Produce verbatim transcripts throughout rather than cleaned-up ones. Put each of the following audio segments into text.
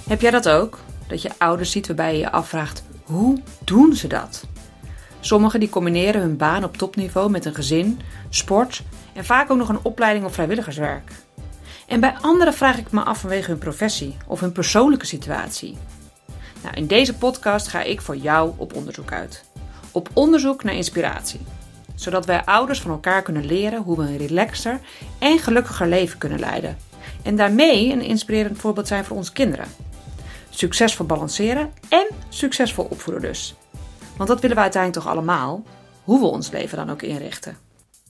Heb jij dat ook? Dat je ouders ziet waarbij je je afvraagt, hoe doen ze dat? Sommigen die combineren hun baan op topniveau met een gezin, sport en vaak ook nog een opleiding of vrijwilligerswerk. En bij anderen vraag ik me af vanwege hun professie of hun persoonlijke situatie. Nou, in deze podcast ga ik voor jou op onderzoek uit. Op onderzoek naar inspiratie. Zodat wij ouders van elkaar kunnen leren hoe we een relaxter en gelukkiger leven kunnen leiden. En daarmee een inspirerend voorbeeld zijn voor onze kinderen. Succesvol balanceren en succesvol opvoeden dus. Want dat willen we uiteindelijk toch allemaal, hoe we ons leven dan ook inrichten.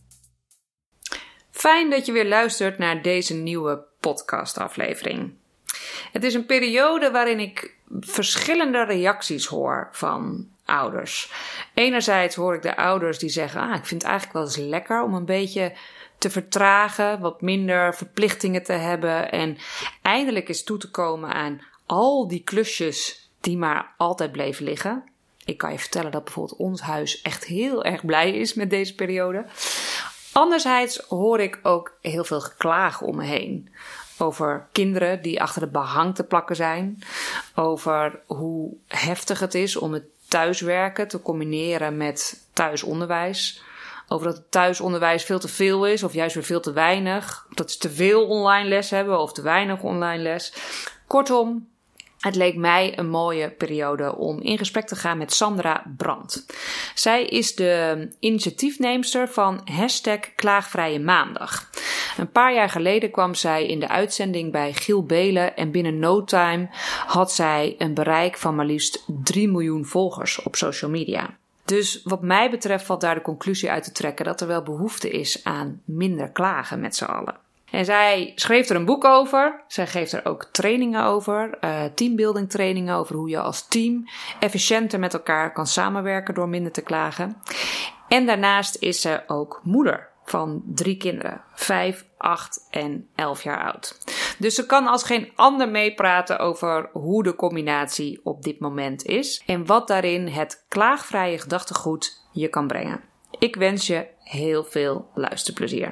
Fijn dat je weer luistert naar deze nieuwe podcastaflevering. Het is een periode waarin ik verschillende reacties hoor van ouders. Enerzijds hoor ik de ouders die zeggen, ah, ik vind het eigenlijk wel eens lekker om een beetje te vertragen, wat minder verplichtingen te hebben en eindelijk eens toe te komen aan al die klusjes die maar altijd bleven liggen. Ik kan je vertellen dat bijvoorbeeld ons huis echt heel erg blij is met deze periode. Anderzijds hoor ik ook heel veel geklaag om me heen. Over kinderen die achter het behang te plakken zijn. Over hoe heftig het is om het thuiswerken te combineren met thuisonderwijs. Over dat het thuisonderwijs veel te veel is of juist weer veel te weinig. Dat ze te veel online les hebben of te weinig online les. Kortom, het leek mij een mooie periode om in gesprek te gaan met Sandra Brandt. Zij is de initiatiefneemster van hashtag Klaagvrije Maandag. Een paar jaar geleden kwam zij in de uitzending bij Giel Belen en binnen no time had zij een bereik van maar liefst drie miljoen volgers op social media. Dus wat mij betreft valt daar de conclusie uit te trekken dat er wel behoefte is aan minder klagen met z'n allen. En zij schreef er een boek over. Zij geeft er ook trainingen over. Uh, teambuilding trainingen over hoe je als team efficiënter met elkaar kan samenwerken door minder te klagen. En daarnaast is ze ook moeder van drie kinderen. Vijf, acht en elf jaar oud. Dus ze kan als geen ander meepraten over hoe de combinatie op dit moment is. En wat daarin het klaagvrije gedachtegoed je kan brengen. Ik wens je heel veel luisterplezier.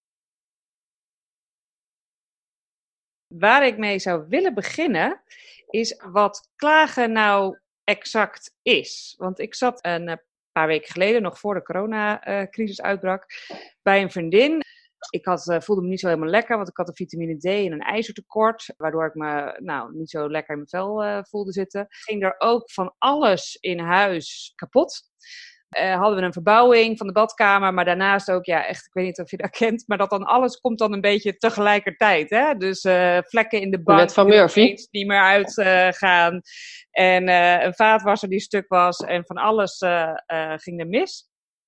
Waar ik mee zou willen beginnen, is wat klagen nou exact is. Want ik zat een paar weken geleden, nog voor de coronacrisis uitbrak, bij een vriendin. Ik had, uh, voelde me niet zo helemaal lekker, want ik had een vitamine D en een ijzertekort. Waardoor ik me nou, niet zo lekker in mijn vel uh, voelde zitten. Ging er ook van alles in huis kapot. Uh, hadden we een verbouwing van de badkamer, maar daarnaast ook, ja, echt, ik weet niet of je dat kent, maar dat dan alles komt dan een beetje tegelijkertijd, hè? Dus uh, vlekken in de bank, de wet van Murphy, die niet meer uitgaan, uh, en uh, een vaatwasser die stuk was, en van alles uh, uh, ging er mis.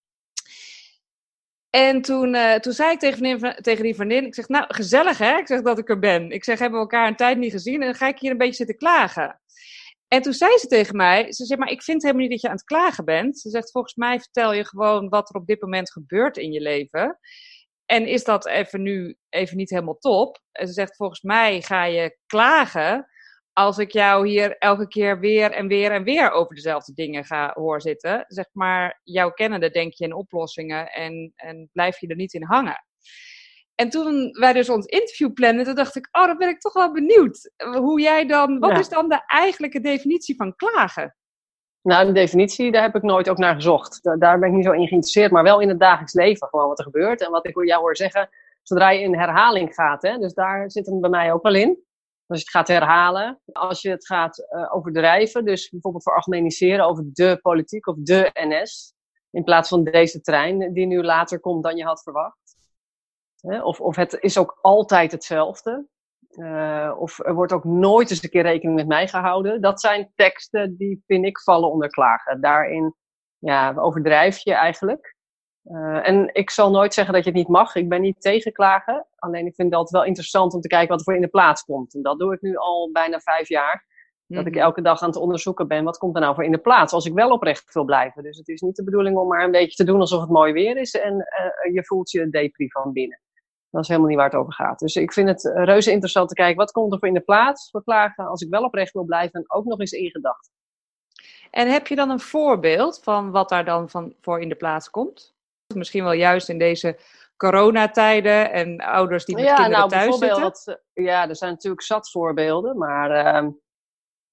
En toen, uh, toen zei ik tegen, vriendin, tegen die vriendin, ik zeg, nou, gezellig hè, ik zeg dat ik er ben. Ik zeg, hebben we elkaar een tijd niet gezien en dan ga ik hier een beetje zitten klagen. En toen zei ze tegen mij, ze zegt, maar ik vind helemaal niet dat je aan het klagen bent. Ze zegt, volgens mij vertel je gewoon wat er op dit moment gebeurt in je leven. En is dat even nu even niet helemaal top? En ze zegt, volgens mij ga je klagen als ik jou hier elke keer weer en weer en weer over dezelfde dingen ga hoor zitten. Zeg maar, jouw kennende denk je in oplossingen en, en blijf je er niet in hangen. En toen wij dus ons interview plannen, toen dacht ik, oh, dan ben ik toch wel benieuwd. Hoe jij dan, wat ja. is dan de eigenlijke definitie van klagen? Nou, de definitie, daar heb ik nooit ook naar gezocht. Daar, daar ben ik niet zo in geïnteresseerd, maar wel in het dagelijks leven, gewoon wat er gebeurt. En wat ik jou hoor zeggen, zodra je in herhaling gaat, hè, dus daar zit het bij mij ook wel in. Als je het gaat herhalen, als je het gaat uh, overdrijven, dus bijvoorbeeld voor algemeniseren over de politiek of de N S, in plaats van deze trein die nu later komt dan je had verwacht. Of, of het is ook altijd hetzelfde. Uh, of er wordt ook nooit eens een keer rekening met mij gehouden. Dat zijn teksten die, vind ik, vallen onder klagen. Daarin ja, overdrijf je eigenlijk. Uh, en ik zal nooit zeggen dat je het niet mag. Ik ben niet tegen klagen. Alleen ik vind het altijd wel interessant om te kijken wat er voor in de plaats komt. En dat doe ik nu al bijna vijf jaar. Dat ik elke dag aan het onderzoeken ben, wat komt er nou voor in de plaats, als ik wel oprecht wil blijven. Dus het is niet de bedoeling om maar een beetje te doen alsof het mooi weer is en uh, je voelt je depri van binnen. Dat is helemaal niet waar het over gaat. Dus ik vind het reuze interessant te kijken, wat komt er voor in de plaats voor klagen, als ik wel oprecht wil blijven en ook nog eens in gedachten. En heb je dan een voorbeeld van wat daar dan van voor in de plaats komt? Misschien wel juist in deze coronatijden en ouders die met ja, kinderen nou, thuis zitten? Ja, er zijn natuurlijk zat voorbeelden, maar... Uh,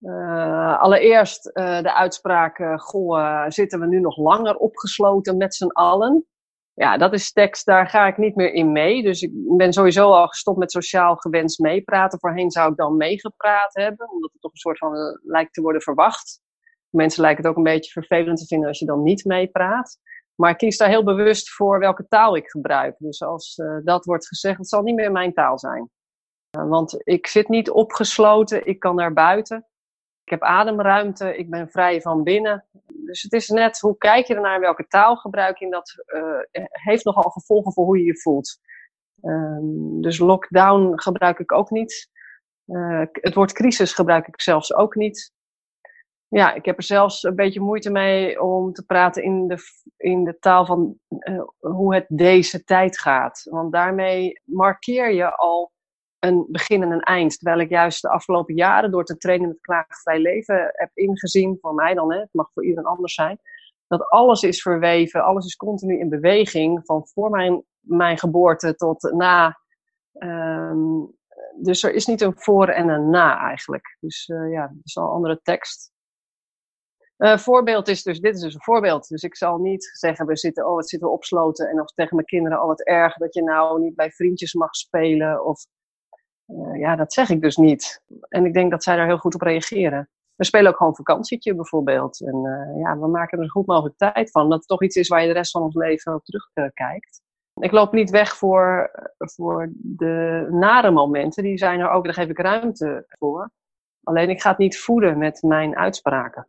Uh, allereerst uh, de uitspraak, uh, goh, uh, zitten we nu nog langer opgesloten met z'n allen? Ja, dat is tekst, daar ga ik niet meer in mee. Dus ik ben sowieso al gestopt met sociaal gewenst meepraten. Voorheen zou ik dan meegepraat hebben, omdat het toch een soort van uh, lijkt te worden verwacht. Mensen lijken het ook een beetje vervelend te vinden als je dan niet meepraat. Maar ik kies daar heel bewust voor welke taal ik gebruik. Dus als uh, dat wordt gezegd, het zal niet meer mijn taal zijn. Uh, want ik zit niet opgesloten, ik kan naar buiten. Ik heb ademruimte, ik ben vrij van binnen. Dus het is net, hoe kijk je ernaar, welke taal gebruik je? En dat uh, heeft nogal gevolgen voor hoe je je voelt. Uh, dus lockdown gebruik ik ook niet. Uh, het woord crisis gebruik ik zelfs ook niet. Ja, ik heb er zelfs een beetje moeite mee om te praten in de, in de taal van uh, hoe het deze tijd gaat. Want daarmee markeer je al een begin en een eind. Terwijl ik juist de afgelopen jaren door te trainen met klaagvrij leven heb ingezien, voor mij dan, hè, het mag voor iedereen anders zijn, dat alles is verweven, alles is continu in beweging, van voor mijn, mijn geboorte tot na. Um, dus er is niet een voor en een na eigenlijk. Dus uh, ja, dat is al een andere tekst. Uh, voorbeeld is dus, dit is dus een voorbeeld. Dus ik zal niet zeggen, we zitten, oh, wat zitten we opsloten. En of tegen mijn kinderen, oh, wat erg dat je nou niet bij vriendjes mag spelen. Of, uh, ja, dat zeg ik dus niet. En ik denk dat zij daar heel goed op reageren. We spelen ook gewoon vakantietje bijvoorbeeld. En uh, ja, we maken er zo goed mogelijk tijd van. Dat het toch iets is waar je de rest van ons leven op terugkijkt. Uh, ik loop niet weg voor, voor de nare momenten. Die zijn er ook, daar geef ik ruimte voor. Alleen ik ga het niet voeden met mijn uitspraken.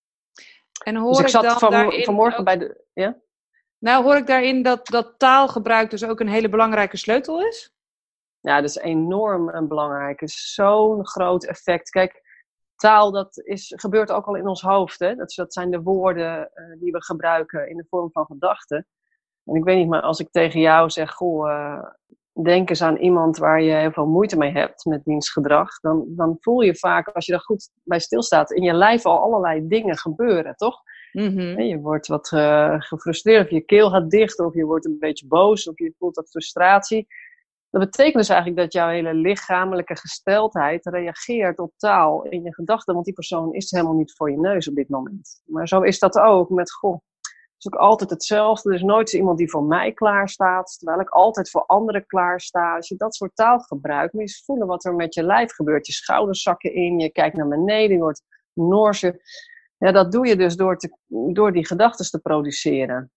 En hoor dus ik zat ik dan van, daarin vanmorgen ook, bij de... Ja? Nou, hoor ik daarin dat, dat taalgebruik dus ook een hele belangrijke sleutel is? Ja, dat is enorm een belangrijk. Het is zo'n groot effect. Kijk, taal, dat is, gebeurt ook al in ons hoofd. Hè? Dat, dat zijn de woorden uh, die we gebruiken in de vorm van gedachten. En ik weet niet, maar als ik tegen jou zeg, goh, uh, denk eens aan iemand waar je heel veel moeite mee hebt met diens gedrag, dan, dan voel je vaak, als je daar goed bij stilstaat, in je lijf al allerlei dingen gebeuren, toch? Mm-hmm. Je wordt wat uh, gefrustreerd, of je keel gaat dicht, of je wordt een beetje boos, of je voelt wat frustratie. Dat betekent dus eigenlijk dat jouw hele lichamelijke gesteldheid reageert op taal in je gedachten, want die persoon is helemaal niet voor je neus op dit moment. Maar zo is dat ook met, goh, het is ook altijd hetzelfde. Er is nooit iemand die voor mij klaarstaat, terwijl ik altijd voor anderen klaarsta. Als je dat soort taal gebruikt, moet je eens voelen wat er met je lijf gebeurt. Je schouders zakken in, je kijkt naar beneden, je wordt norsje. Ja, dat doe je dus door, te, door die gedachten te produceren.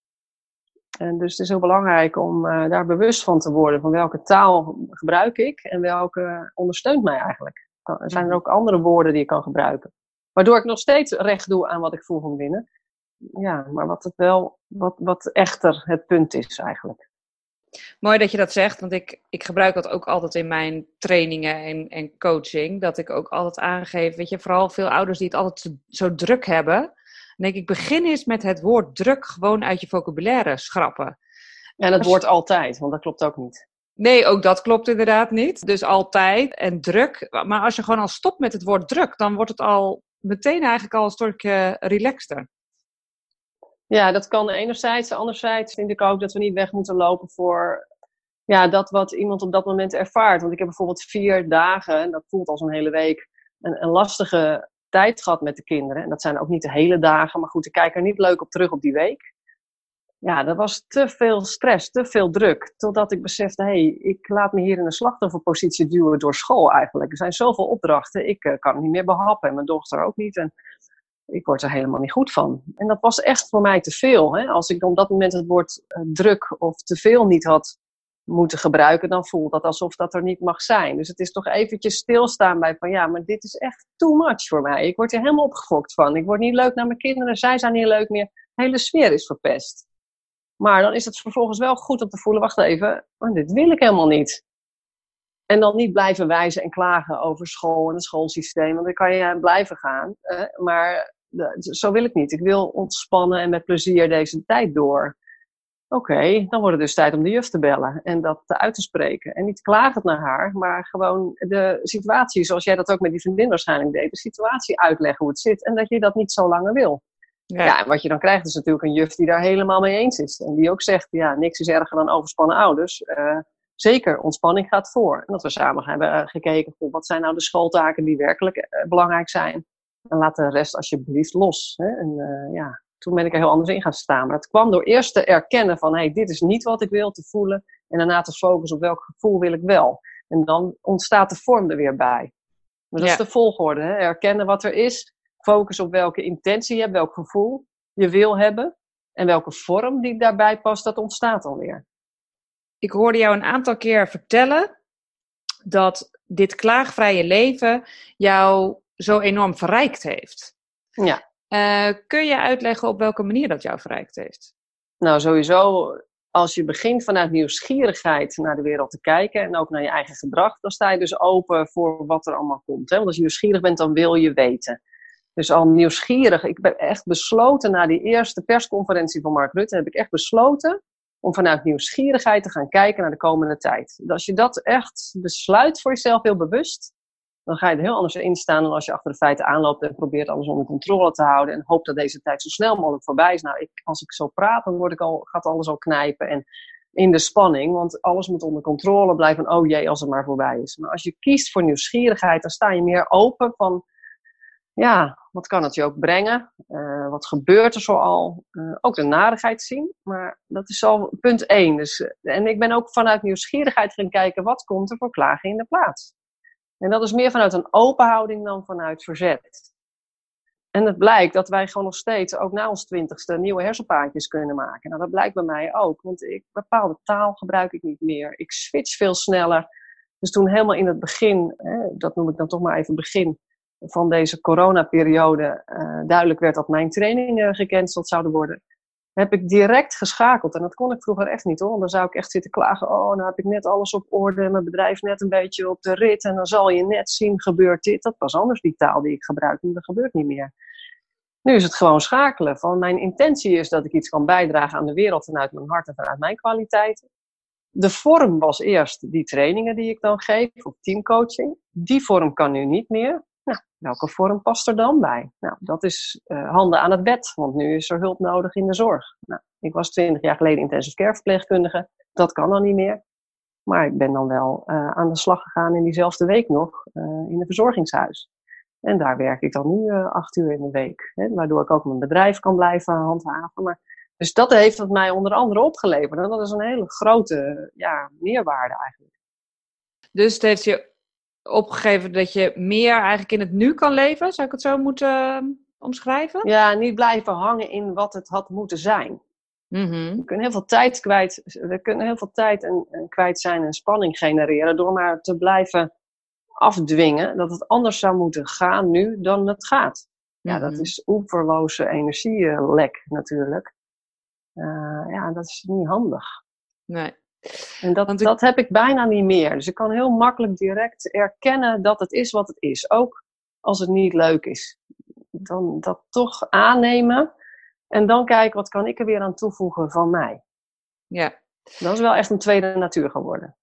En dus het is heel belangrijk om uh, daar bewust van te worden. Van welke taal gebruik ik en welke ondersteunt mij eigenlijk. Er zijn er ook andere woorden die ik kan gebruiken. Waardoor ik nog steeds recht doe aan wat ik voel van binnen. Ja, maar wat het wel, wat, wat echter het punt is eigenlijk. Mooi dat je dat zegt, want ik, ik gebruik dat ook altijd in mijn trainingen en, en coaching. Dat ik ook altijd aangeef, weet je, vooral veel ouders die het altijd zo, zo druk hebben. Dan denk ik, begin eens met het woord druk gewoon uit je vocabulaire schrappen. En het woord altijd, want dat klopt ook niet. Nee, ook dat klopt inderdaad niet. Dus altijd en druk. Maar als je gewoon al stopt met het woord druk, dan wordt het al meteen eigenlijk al een stukje relaxter. Ja, dat kan enerzijds. Anderzijds vind ik ook dat we niet weg moeten lopen voor ja, dat wat iemand op dat moment ervaart. Want ik heb bijvoorbeeld vier dagen, en dat voelt als een hele week, een, een lastige tijd gehad met de kinderen. En dat zijn ook niet de hele dagen, maar goed, ik kijk er niet leuk op terug op die week. Ja, dat was te veel stress, te veel druk. Totdat ik besefte, hé, hey, ik laat me hier in een slachtofferpositie duwen door school eigenlijk. Er zijn zoveel opdrachten, ik uh, kan het niet meer behappen en mijn dochter ook niet. En ik word er helemaal niet goed van. En dat was echt voor mij te veel. Hè? Als ik op dat moment het woord uh, druk of te veel niet had moeten gebruiken, dan voelt dat alsof dat er niet mag zijn. Dus het is toch eventjes stilstaan bij van ja, maar dit is echt too much voor mij. Ik word er helemaal opgefokt van. Ik word niet leuk naar mijn kinderen, zij zijn niet leuk meer. De hele sfeer is verpest. Maar dan is het vervolgens wel goed om te voelen, wacht even, maar dit wil ik helemaal niet. En dan niet blijven wijzen en klagen over school en het schoolsysteem, want dan kan je blijven gaan. Eh, maar de, zo wil ik niet. Ik wil ontspannen en met plezier deze tijd door. Oké, okay, dan wordt het dus tijd om de juf te bellen en dat uit te spreken. En niet klagend naar haar, maar gewoon de situatie, zoals jij dat ook met die vriendin waarschijnlijk deed, de situatie uitleggen hoe het zit en dat je dat niet zo langer wil. Ja. ja, en wat je dan krijgt is natuurlijk een juf die daar helemaal mee eens is. En die ook zegt, ja, niks is erger dan overspannen ouders. Uh, zeker, ontspanning gaat voor. En dat we samen hebben uh, gekeken, goh, wat zijn nou de schooltaken die werkelijk uh, belangrijk zijn. En laat de rest alsjeblieft los. Hè? En uh, ja, toen ben ik er heel anders in gaan staan. Maar het kwam door eerst te erkennen van, hey, dit is niet wat ik wil, te voelen. En daarna te focussen op welk gevoel wil ik wel. En dan ontstaat de vorm er weer bij. Maar dat ja. is de volgorde. Hè? Erkennen wat er is. Focus op welke intentie je hebt, welk gevoel je wil hebben. En welke vorm die daarbij past, dat ontstaat alweer. Ik hoorde jou een aantal keer vertellen dat dit klaagvrije leven jou zo enorm verrijkt heeft. Ja. Uh, kun je uitleggen op welke manier dat jou verrijkt heeft? Nou, sowieso, als je begint vanuit nieuwsgierigheid naar de wereld te kijken en ook naar je eigen gedrag, dan sta je dus open voor wat er allemaal komt. Hè? Want als je nieuwsgierig bent, dan wil je weten. Dus al nieuwsgierig, ik ben echt besloten na die eerste persconferentie van Mark Rutte, heb ik echt besloten om vanuit nieuwsgierigheid te gaan kijken naar de komende tijd. Dus als je dat echt besluit voor jezelf heel bewust, dan ga je er heel anders in staan dan als je achter de feiten aanloopt en probeert alles onder controle te houden en hoopt dat deze tijd zo snel mogelijk voorbij is. Nou, ik, als ik zo praat, dan word ik al, gaat alles al knijpen en in de spanning, want alles moet onder controle blijven. Oh jee, als het maar voorbij is. Maar als je kiest voor nieuwsgierigheid, dan sta je meer open van, ja, wat kan het je ook brengen? Uh, wat gebeurt er zoal? Uh, ook de narigheid zien. Maar dat is al punt één. Dus, uh, en ik ben ook vanuit nieuwsgierigheid gaan kijken, wat komt er voor klagen in de plaats? En dat is meer vanuit een open houding dan vanuit verzet. En het blijkt dat wij gewoon nog steeds, ook na ons twintigste, nieuwe hersenpaadjes kunnen maken. Nou, dat blijkt bij mij ook. Want ik, bepaalde taal gebruik ik niet meer. Ik switch veel sneller. Dus toen helemaal in het begin, hè, dat noem ik dan toch maar even begin, van deze coronaperiode uh, duidelijk werd dat mijn trainingen gecanceld zouden worden, heb ik direct geschakeld. En dat kon ik vroeger echt niet hoor. Want dan zou ik echt zitten klagen. Oh, nou heb ik net alles op orde. Mijn bedrijf net een beetje op de rit. En dan zal je net zien, gebeurt dit. Dat was anders die taal die ik gebruikte. Maar dat gebeurt niet meer. Nu is het gewoon schakelen. Van mijn intentie is dat ik iets kan bijdragen aan de wereld vanuit mijn hart en vanuit mijn kwaliteiten. De vorm was eerst die trainingen die ik dan geef. Of teamcoaching. Die vorm kan nu niet meer. Nou, welke vorm past er dan bij? Nou, dat is uh, handen aan het bed, want nu is er hulp nodig in de zorg. Nou, ik was twintig jaar geleden intensive care verpleegkundige, dat kan dan niet meer. Maar ik ben dan wel uh, aan de slag gegaan in diezelfde week nog uh, in een verzorgingshuis. En daar werk ik dan nu uh, acht uur in de week, hè, waardoor ik ook mijn bedrijf kan blijven handhaven. Maar, dus dat heeft het mij onder andere opgeleverd. En dat is een hele grote ja, meerwaarde eigenlijk. Dus het heeft je opgegeven dat je meer eigenlijk in het nu kan leven? Zou ik het zo moeten uh, omschrijven? Ja, niet blijven hangen in wat het had moeten zijn. Mm-hmm. We kunnen heel veel tijd kwijt, we kunnen heel veel tijd en, en kwijt zijn en spanning genereren door maar te blijven afdwingen dat het anders zou moeten gaan nu dan het gaat. Ja, mm-hmm. Dat is oeverloze energielek natuurlijk. Uh, ja, dat is niet handig. Nee. En dat, ik... dat heb ik bijna niet meer. Dus ik kan heel makkelijk direct erkennen dat het is wat het is. Ook als het niet leuk is. Dan dat toch aannemen. En dan kijken, wat kan ik er weer aan toevoegen van mij? Ja. Dat is wel echt een tweede natuur geworden.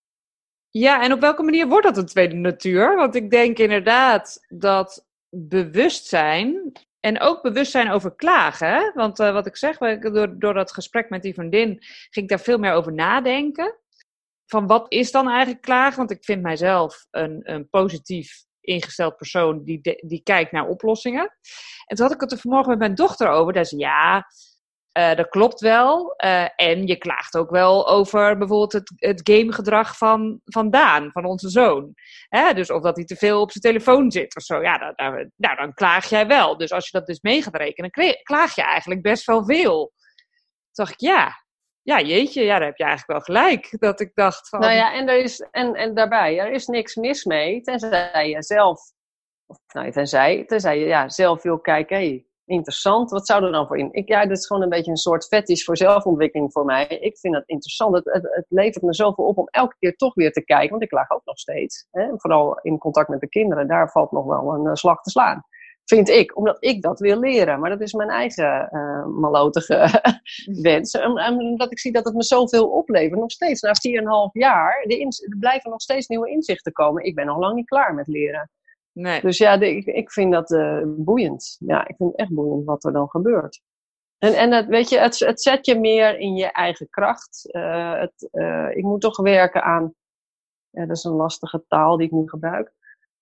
Ja, en op welke manier wordt dat een tweede natuur? Want ik denk inderdaad dat bewustzijn... En ook bewustzijn over klagen. Hè? Want uh, wat ik zeg, door, door dat gesprek met die vriendin ging ik daar veel meer over nadenken. Van wat is dan eigenlijk klagen? Want ik vind mijzelf een, een positief ingesteld persoon die, de, die kijkt naar oplossingen. En toen had ik het er vanmorgen met mijn dochter over. Daar zei ja, uh, dat klopt wel. Uh, en je klaagt ook wel over bijvoorbeeld het, het gamegedrag van, van Daan, van onze zoon. Hè? Dus of dat hij te veel op zijn telefoon zit of zo. Ja, dan, dan, nou, dan klaag jij wel. Dus als je dat dus mee gaat rekenen, klaag je eigenlijk best wel veel. Toen dacht ik, ja, ja jeetje, ja, daar heb je eigenlijk wel gelijk. Dat ik dacht van... Nou ja, en, er is, en, en daarbij, er is niks mis mee, tenzij je zelf, of nou, tenzij, tenzij je ja, zelf wil kijken, hé, hey, interessant, wat zou er dan voor in? Ik, ja, dit is gewoon een beetje een soort fetish voor zelfontwikkeling voor mij. Ik vind het interessant. Het, het, het levert me zoveel op om elke keer toch weer te kijken, want ik klaag ook nog steeds. Hè? Vooral in contact met de kinderen, daar valt nog wel een uh, slag te slaan. Vind ik, omdat ik dat wil leren. Maar dat is mijn eigen uh, malotige wens. En, en omdat ik zie dat het me zoveel oplevert. Nog steeds, na vier en een half jaar, de ins- er blijven nog steeds nieuwe inzichten komen. Ik ben nog lang niet klaar met leren. Nee. Dus ja, de, ik, ik vind dat uh, boeiend. Ja, ik vind het echt boeiend wat er dan gebeurt. En, en het, weet je, het, het zet je meer in je eigen kracht. Uh, het, uh, ik moet toch werken aan, ja, dat is een lastige taal die ik nu gebruik.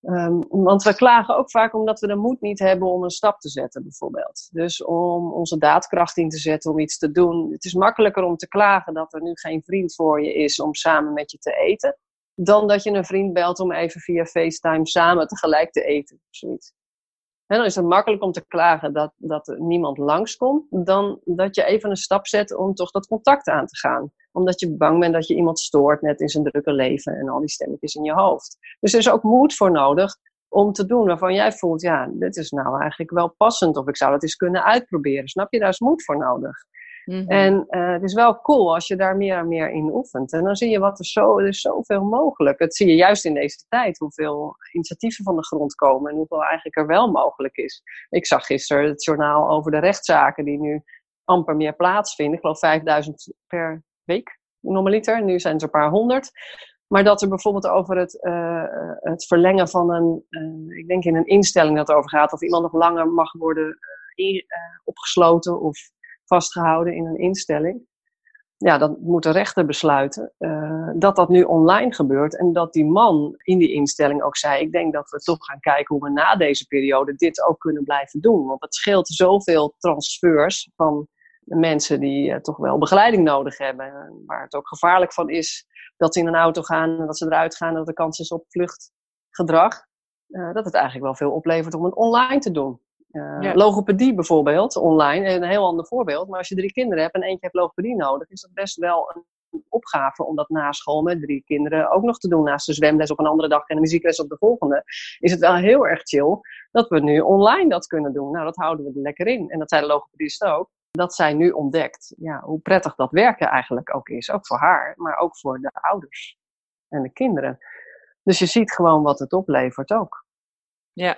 Um, want we klagen ook vaak omdat we de moed niet hebben om een stap te zetten, bijvoorbeeld. Dus om onze daadkracht in te zetten, om iets te doen. Het is makkelijker om te klagen dat er nu geen vriend voor je is om samen met je te eten, dan dat je een vriend belt om even via FaceTime samen tegelijk te eten. Of zoiets. En dan is het makkelijk om te klagen dat, dat er niemand langskomt, dan dat je even een stap zet om toch dat contact aan te gaan. Omdat je bang bent dat je iemand stoort net in zijn drukke leven en al die stemmetjes in je hoofd. Dus er is ook moed voor nodig om te doen waarvan jij voelt, ja, dit is nou eigenlijk wel passend. Of ik zou dat eens kunnen uitproberen. Snap je? Daar is moed voor nodig. Mm-hmm. En uh, het is wel cool als je daar meer en meer in oefent. En dan zie je wat er zo, er is zoveel mogelijk. Dat zie je juist in deze tijd, hoeveel initiatieven van de grond komen en hoeveel eigenlijk er wel mogelijk is. Ik zag gisteren het journaal over de rechtszaken die nu amper meer plaatsvinden. Ik geloof vijfduizend per week, normaliter. Nu zijn het er een paar honderd. Maar dat er bijvoorbeeld over het, uh, het verlengen van een, uh, ik denk in een instelling dat het over gaat, of iemand nog langer mag worden uh, in, uh, opgesloten of vastgehouden in een instelling. Ja, dat moet de rechter besluiten. Uh, dat dat nu online gebeurt. En dat die man in die instelling ook zei, ik denk dat we toch gaan kijken hoe we na deze periode dit ook kunnen blijven doen. Want het scheelt zoveel transfers van mensen die uh, toch wel begeleiding nodig hebben. Waar het ook gevaarlijk van is dat ze in een auto gaan en dat ze eruit gaan en dat de kans is op vluchtgedrag. Uh, dat het eigenlijk wel veel oplevert om het online te doen. Uh, ja. Logopedie bijvoorbeeld, online, een heel ander voorbeeld. Maar als je drie kinderen hebt en eentje heeft logopedie nodig, is dat best wel een opgave om dat na school met drie kinderen ook nog te doen. Naast de zwemles op een andere dag en de muziekles op de volgende. Is het wel heel erg chill dat we nu online dat kunnen doen. Nou, dat houden we er lekker in. En dat zei de logopedist ook. Dat zij nu ontdekt ja, hoe prettig dat werken eigenlijk ook is. Ook voor haar, maar ook voor de ouders en de kinderen. Dus je ziet gewoon wat het oplevert ook. Ja.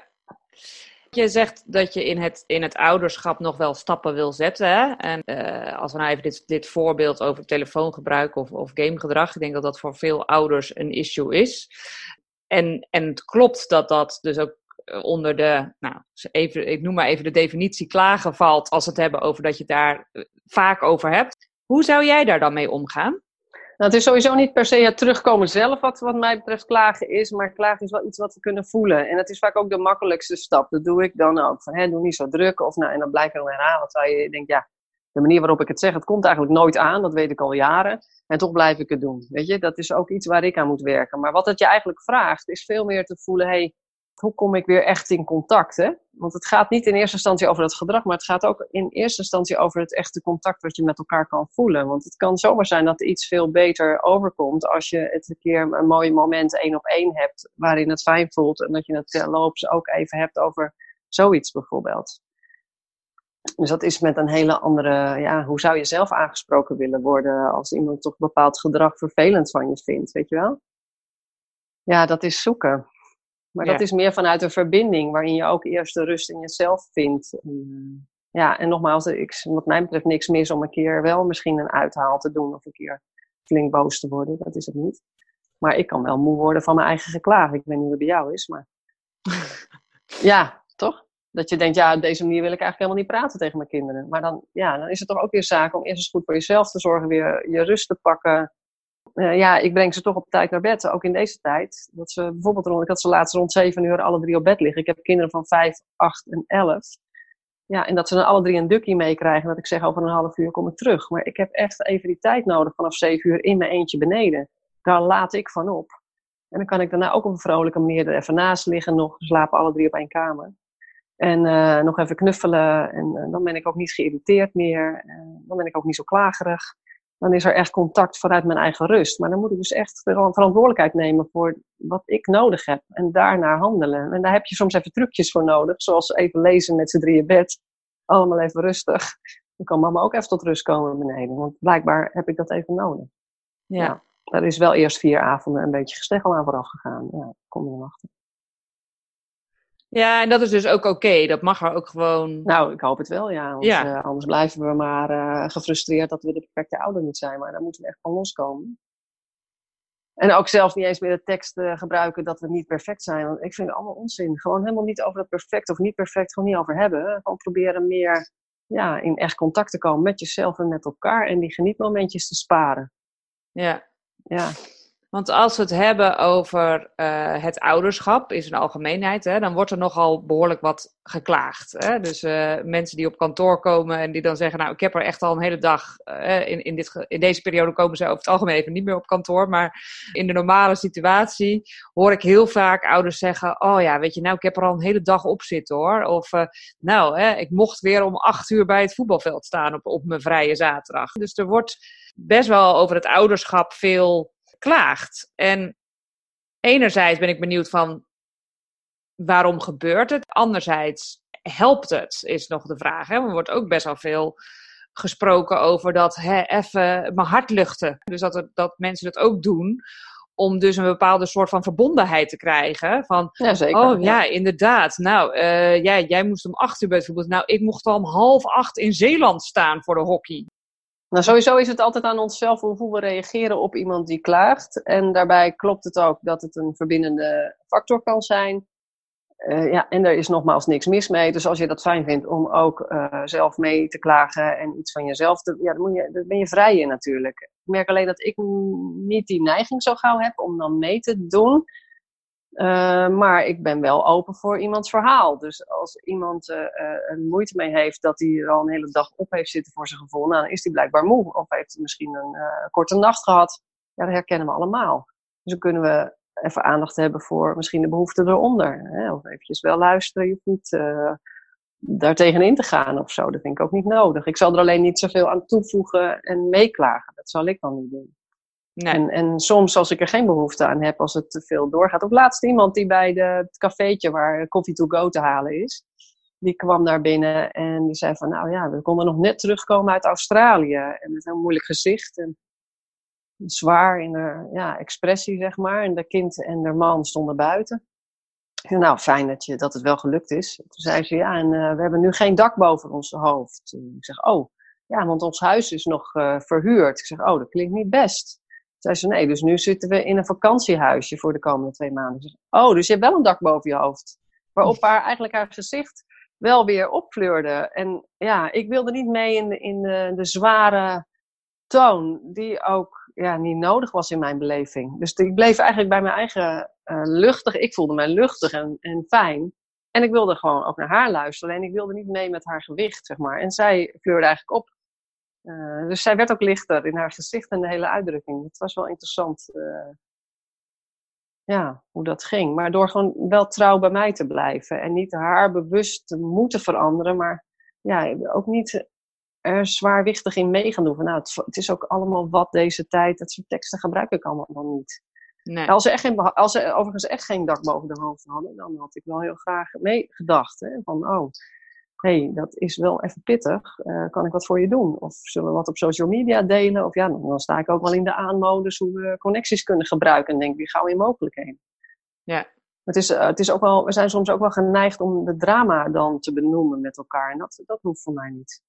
Je zegt dat je in het, in het ouderschap nog wel stappen wil zetten. Hè? En uh, als we nou even dit, dit voorbeeld over telefoongebruik of, of gamegedrag. Ik denk dat dat voor veel ouders een issue is. En, en het klopt dat dat dus ook onder de, nou, even, ik noem maar even de definitie klagen valt. Als we het hebben over dat je het daar vaak over hebt. Hoe zou jij daar dan mee omgaan? Nou, het is sowieso niet per se het terugkomen zelf wat, wat mij betreft klagen is. Maar klagen is wel iets wat we kunnen voelen. En het is vaak ook de makkelijkste stap. Dat doe ik dan ook. Van, hè, doe niet zo druk. Of, nou, en dan blijf je dan herhalen. Terwijl je denkt, ja, de manier waarop ik het zeg, het komt eigenlijk nooit aan. Dat weet ik al jaren. En toch blijf ik het doen. Weet je, dat is ook iets waar ik aan moet werken. Maar wat het je eigenlijk vraagt, is veel meer te voelen, hey, hoe kom ik weer echt in contact, hè? Want het gaat niet in eerste instantie over het gedrag, maar het gaat ook in eerste instantie over het echte contact wat je met elkaar kan voelen. Want het kan zomaar zijn dat iets veel beter overkomt als je het een keer een mooi moment één op één hebt, waarin het fijn voelt en dat je het terloops ook even hebt over zoiets bijvoorbeeld. Dus dat is met een hele andere, ja, hoe zou je zelf aangesproken willen worden als iemand toch bepaald gedrag vervelend van je vindt, weet je wel? Ja, dat is zoeken. Maar ja. Dat is meer vanuit een verbinding, waarin je ook eerst de rust in jezelf vindt. En, ja, en nogmaals, ik, wat mij betreft niks mis om een keer wel misschien een uithaal te doen. Of een keer flink boos te worden, dat is het niet. Maar ik kan wel moe worden van mijn eigen geklaag. Ik weet niet hoe het bij jou is, maar... ja, toch? Dat je denkt, ja, op deze manier wil ik eigenlijk helemaal niet praten tegen mijn kinderen. Maar dan, ja, dan is het toch ook weer zaak om eerst eens goed voor jezelf te zorgen. Weer je rust te pakken. Uh, ja, ik breng ze toch op tijd naar bed, ook in deze tijd. Dat ze bijvoorbeeld rond, ik had ze laatst rond zeven uur alle drie op bed liggen. Ik heb kinderen van vijf, acht en elf. Ja, en dat ze dan alle drie een dukkie meekrijgen. Dat ik zeg, over een half uur kom ik terug. Maar ik heb echt even die tijd nodig vanaf zeven uur in mijn eentje beneden. Daar laat ik van op. En dan kan ik daarna ook op een vrolijke manier er even naast liggen. Nog slapen alle drie op één kamer. En uh, nog even knuffelen. En uh, dan ben ik ook niet geïrriteerd meer. Uh, dan ben ik ook niet zo klagerig. Dan is er echt contact vanuit mijn eigen rust. Maar dan moet ik dus echt verantwoordelijkheid nemen voor wat ik nodig heb. En daarnaar handelen. En daar heb je soms even trucjes voor nodig. Zoals even lezen met z'n drieën bed. Allemaal even rustig. Dan kan mama ook even tot rust komen beneden. Want blijkbaar heb ik dat even nodig. Ja. Ja, daar is wel eerst vier avonden een beetje gesteggel aan vooraf gegaan. Ja, kom je dan achter. Ja, en dat is dus ook oké. Okay. Dat mag er ook gewoon... Nou, ik hoop het wel, ja. Want ja. Uh, anders blijven we maar uh, gefrustreerd dat we de perfecte ouder niet zijn. Maar daar moeten we echt van loskomen. En ook zelfs niet eens meer de tekst uh, gebruiken dat we niet perfect zijn. Want ik vind het allemaal onzin. Gewoon helemaal niet over het perfect of niet perfect gewoon niet over hebben. Gewoon proberen meer ja, in echt contact te komen met jezelf en met elkaar. En die genietmomentjes te sparen. Ja. Ja. Want als we het hebben over uh, het ouderschap in zijn algemeenheid, hè, dan wordt er nogal behoorlijk wat geklaagd. Hè? Dus uh, mensen die op kantoor komen en die dan zeggen, nou ik heb er echt al een hele dag, uh, in, in, dit, in deze periode komen ze over het algemeen even niet meer op kantoor, maar in de normale situatie hoor ik heel vaak ouders zeggen, oh ja, weet je, nou ik heb er al een hele dag op zitten hoor. Of uh, nou, hè, ik mocht weer om acht uur bij het voetbalveld staan op, op mijn vrije zaterdag. Dus er wordt best wel over het ouderschap veel klaagt. En enerzijds ben ik benieuwd van waarom gebeurt het? Anderzijds helpt het, is nog de vraag. Hè? Er wordt ook best wel veel gesproken over dat hè, even mijn hart luchten. Dus dat, er, dat mensen dat ook doen om dus een bepaalde soort van verbondenheid te krijgen. Van, ja, zeker. Oh ja, ja inderdaad. Nou, uh, ja, jij moest om acht uur bij het voetbal. Nou, ik mocht al om half acht in Zeeland staan voor de hockey. Nou, sowieso is het altijd aan onszelf hoe we reageren op iemand die klaagt. En daarbij klopt het ook dat het een verbindende factor kan zijn. Uh, ja, en er is nogmaals niks mis mee. Dus als je dat fijn vindt om ook uh, zelf mee te klagen en iets van jezelf te... Ja, dan, moet je, dan ben je vrij in natuurlijk. Ik merk alleen dat ik niet die neiging zo gauw heb om dan mee te doen. Uh, maar ik ben wel open voor iemands verhaal. Dus als iemand uh, uh, er moeite mee heeft dat hij er al een hele dag op heeft zitten voor zijn gevoel, nou, dan is hij blijkbaar moe. Of heeft hij misschien een uh, korte nacht gehad. Ja, dat herkennen we allemaal. Dus dan kunnen we even aandacht hebben voor misschien de behoefte eronder. Hè? Of eventjes wel luisteren. Je hoeft niet uh, daar tegenin te gaan of zo. Dat vind ik ook niet nodig. Ik zal er alleen niet zoveel aan toevoegen en meeklagen. Dat zal ik dan niet doen. Nee. En, en soms als ik er geen behoefte aan heb, als het te veel doorgaat. Of laatst iemand die bij de, het cafeetje waar coffee to go te halen is. Die kwam daar binnen en die zei van, nou ja, we konden nog net terugkomen uit Australië. En met een moeilijk gezicht en zwaar in haar ja, expressie, zeg maar. En de kind en de man stonden buiten. Ik zei, nou, fijn dat, je, dat het wel gelukt is. Toen zei ze, ja, en uh, we hebben nu geen dak boven ons hoofd. Ik zeg, oh, ja, want ons huis is nog uh, verhuurd. Ik zeg, oh, dat klinkt niet best. Zei ze, nee, dus nu zitten we in een vakantiehuisje voor de komende twee maanden. Zeg, oh, dus je hebt wel een dak boven je hoofd. Waarop haar, eigenlijk haar gezicht wel weer opkleurde. En ja, ik wilde niet mee in de, in de, de zware toon, die ook ja, niet nodig was in mijn beleving. Dus ik bleef eigenlijk bij mijn eigen uh, luchtig. Ik voelde mij luchtig en, en fijn. En ik wilde gewoon ook naar haar luisteren. Alleen ik wilde niet mee met haar gewicht, zeg maar. En zij kleurde eigenlijk op. Uh, dus zij werd ook lichter in haar gezicht en de hele uitdrukking. Het was wel interessant uh, ja, hoe dat ging. Maar door gewoon wel trouw bij mij te blijven. En niet haar bewust te moeten veranderen. Maar ja, ook niet er zwaarwichtig in mee gaan doen. Van, nou, het, het is ook allemaal wat deze tijd. Dat soort teksten gebruik ik allemaal dan niet. Nee. Als, ze echt geen, als ze overigens echt geen dak boven de hoofd hadden. Dan had ik wel heel graag meegedacht. Hè, van oh... hé, hey, dat is wel even pittig, uh, kan ik wat voor je doen? Of zullen we wat op social media delen? Of ja, dan, dan sta ik ook wel in de aanmodus hoe we connecties kunnen gebruiken. En denk, wie gaan we in mogelijkheden? Ja. Het is, uh, het is ook wel, we zijn soms ook wel geneigd om de drama dan te benoemen met elkaar. En dat, dat hoeft voor mij niet.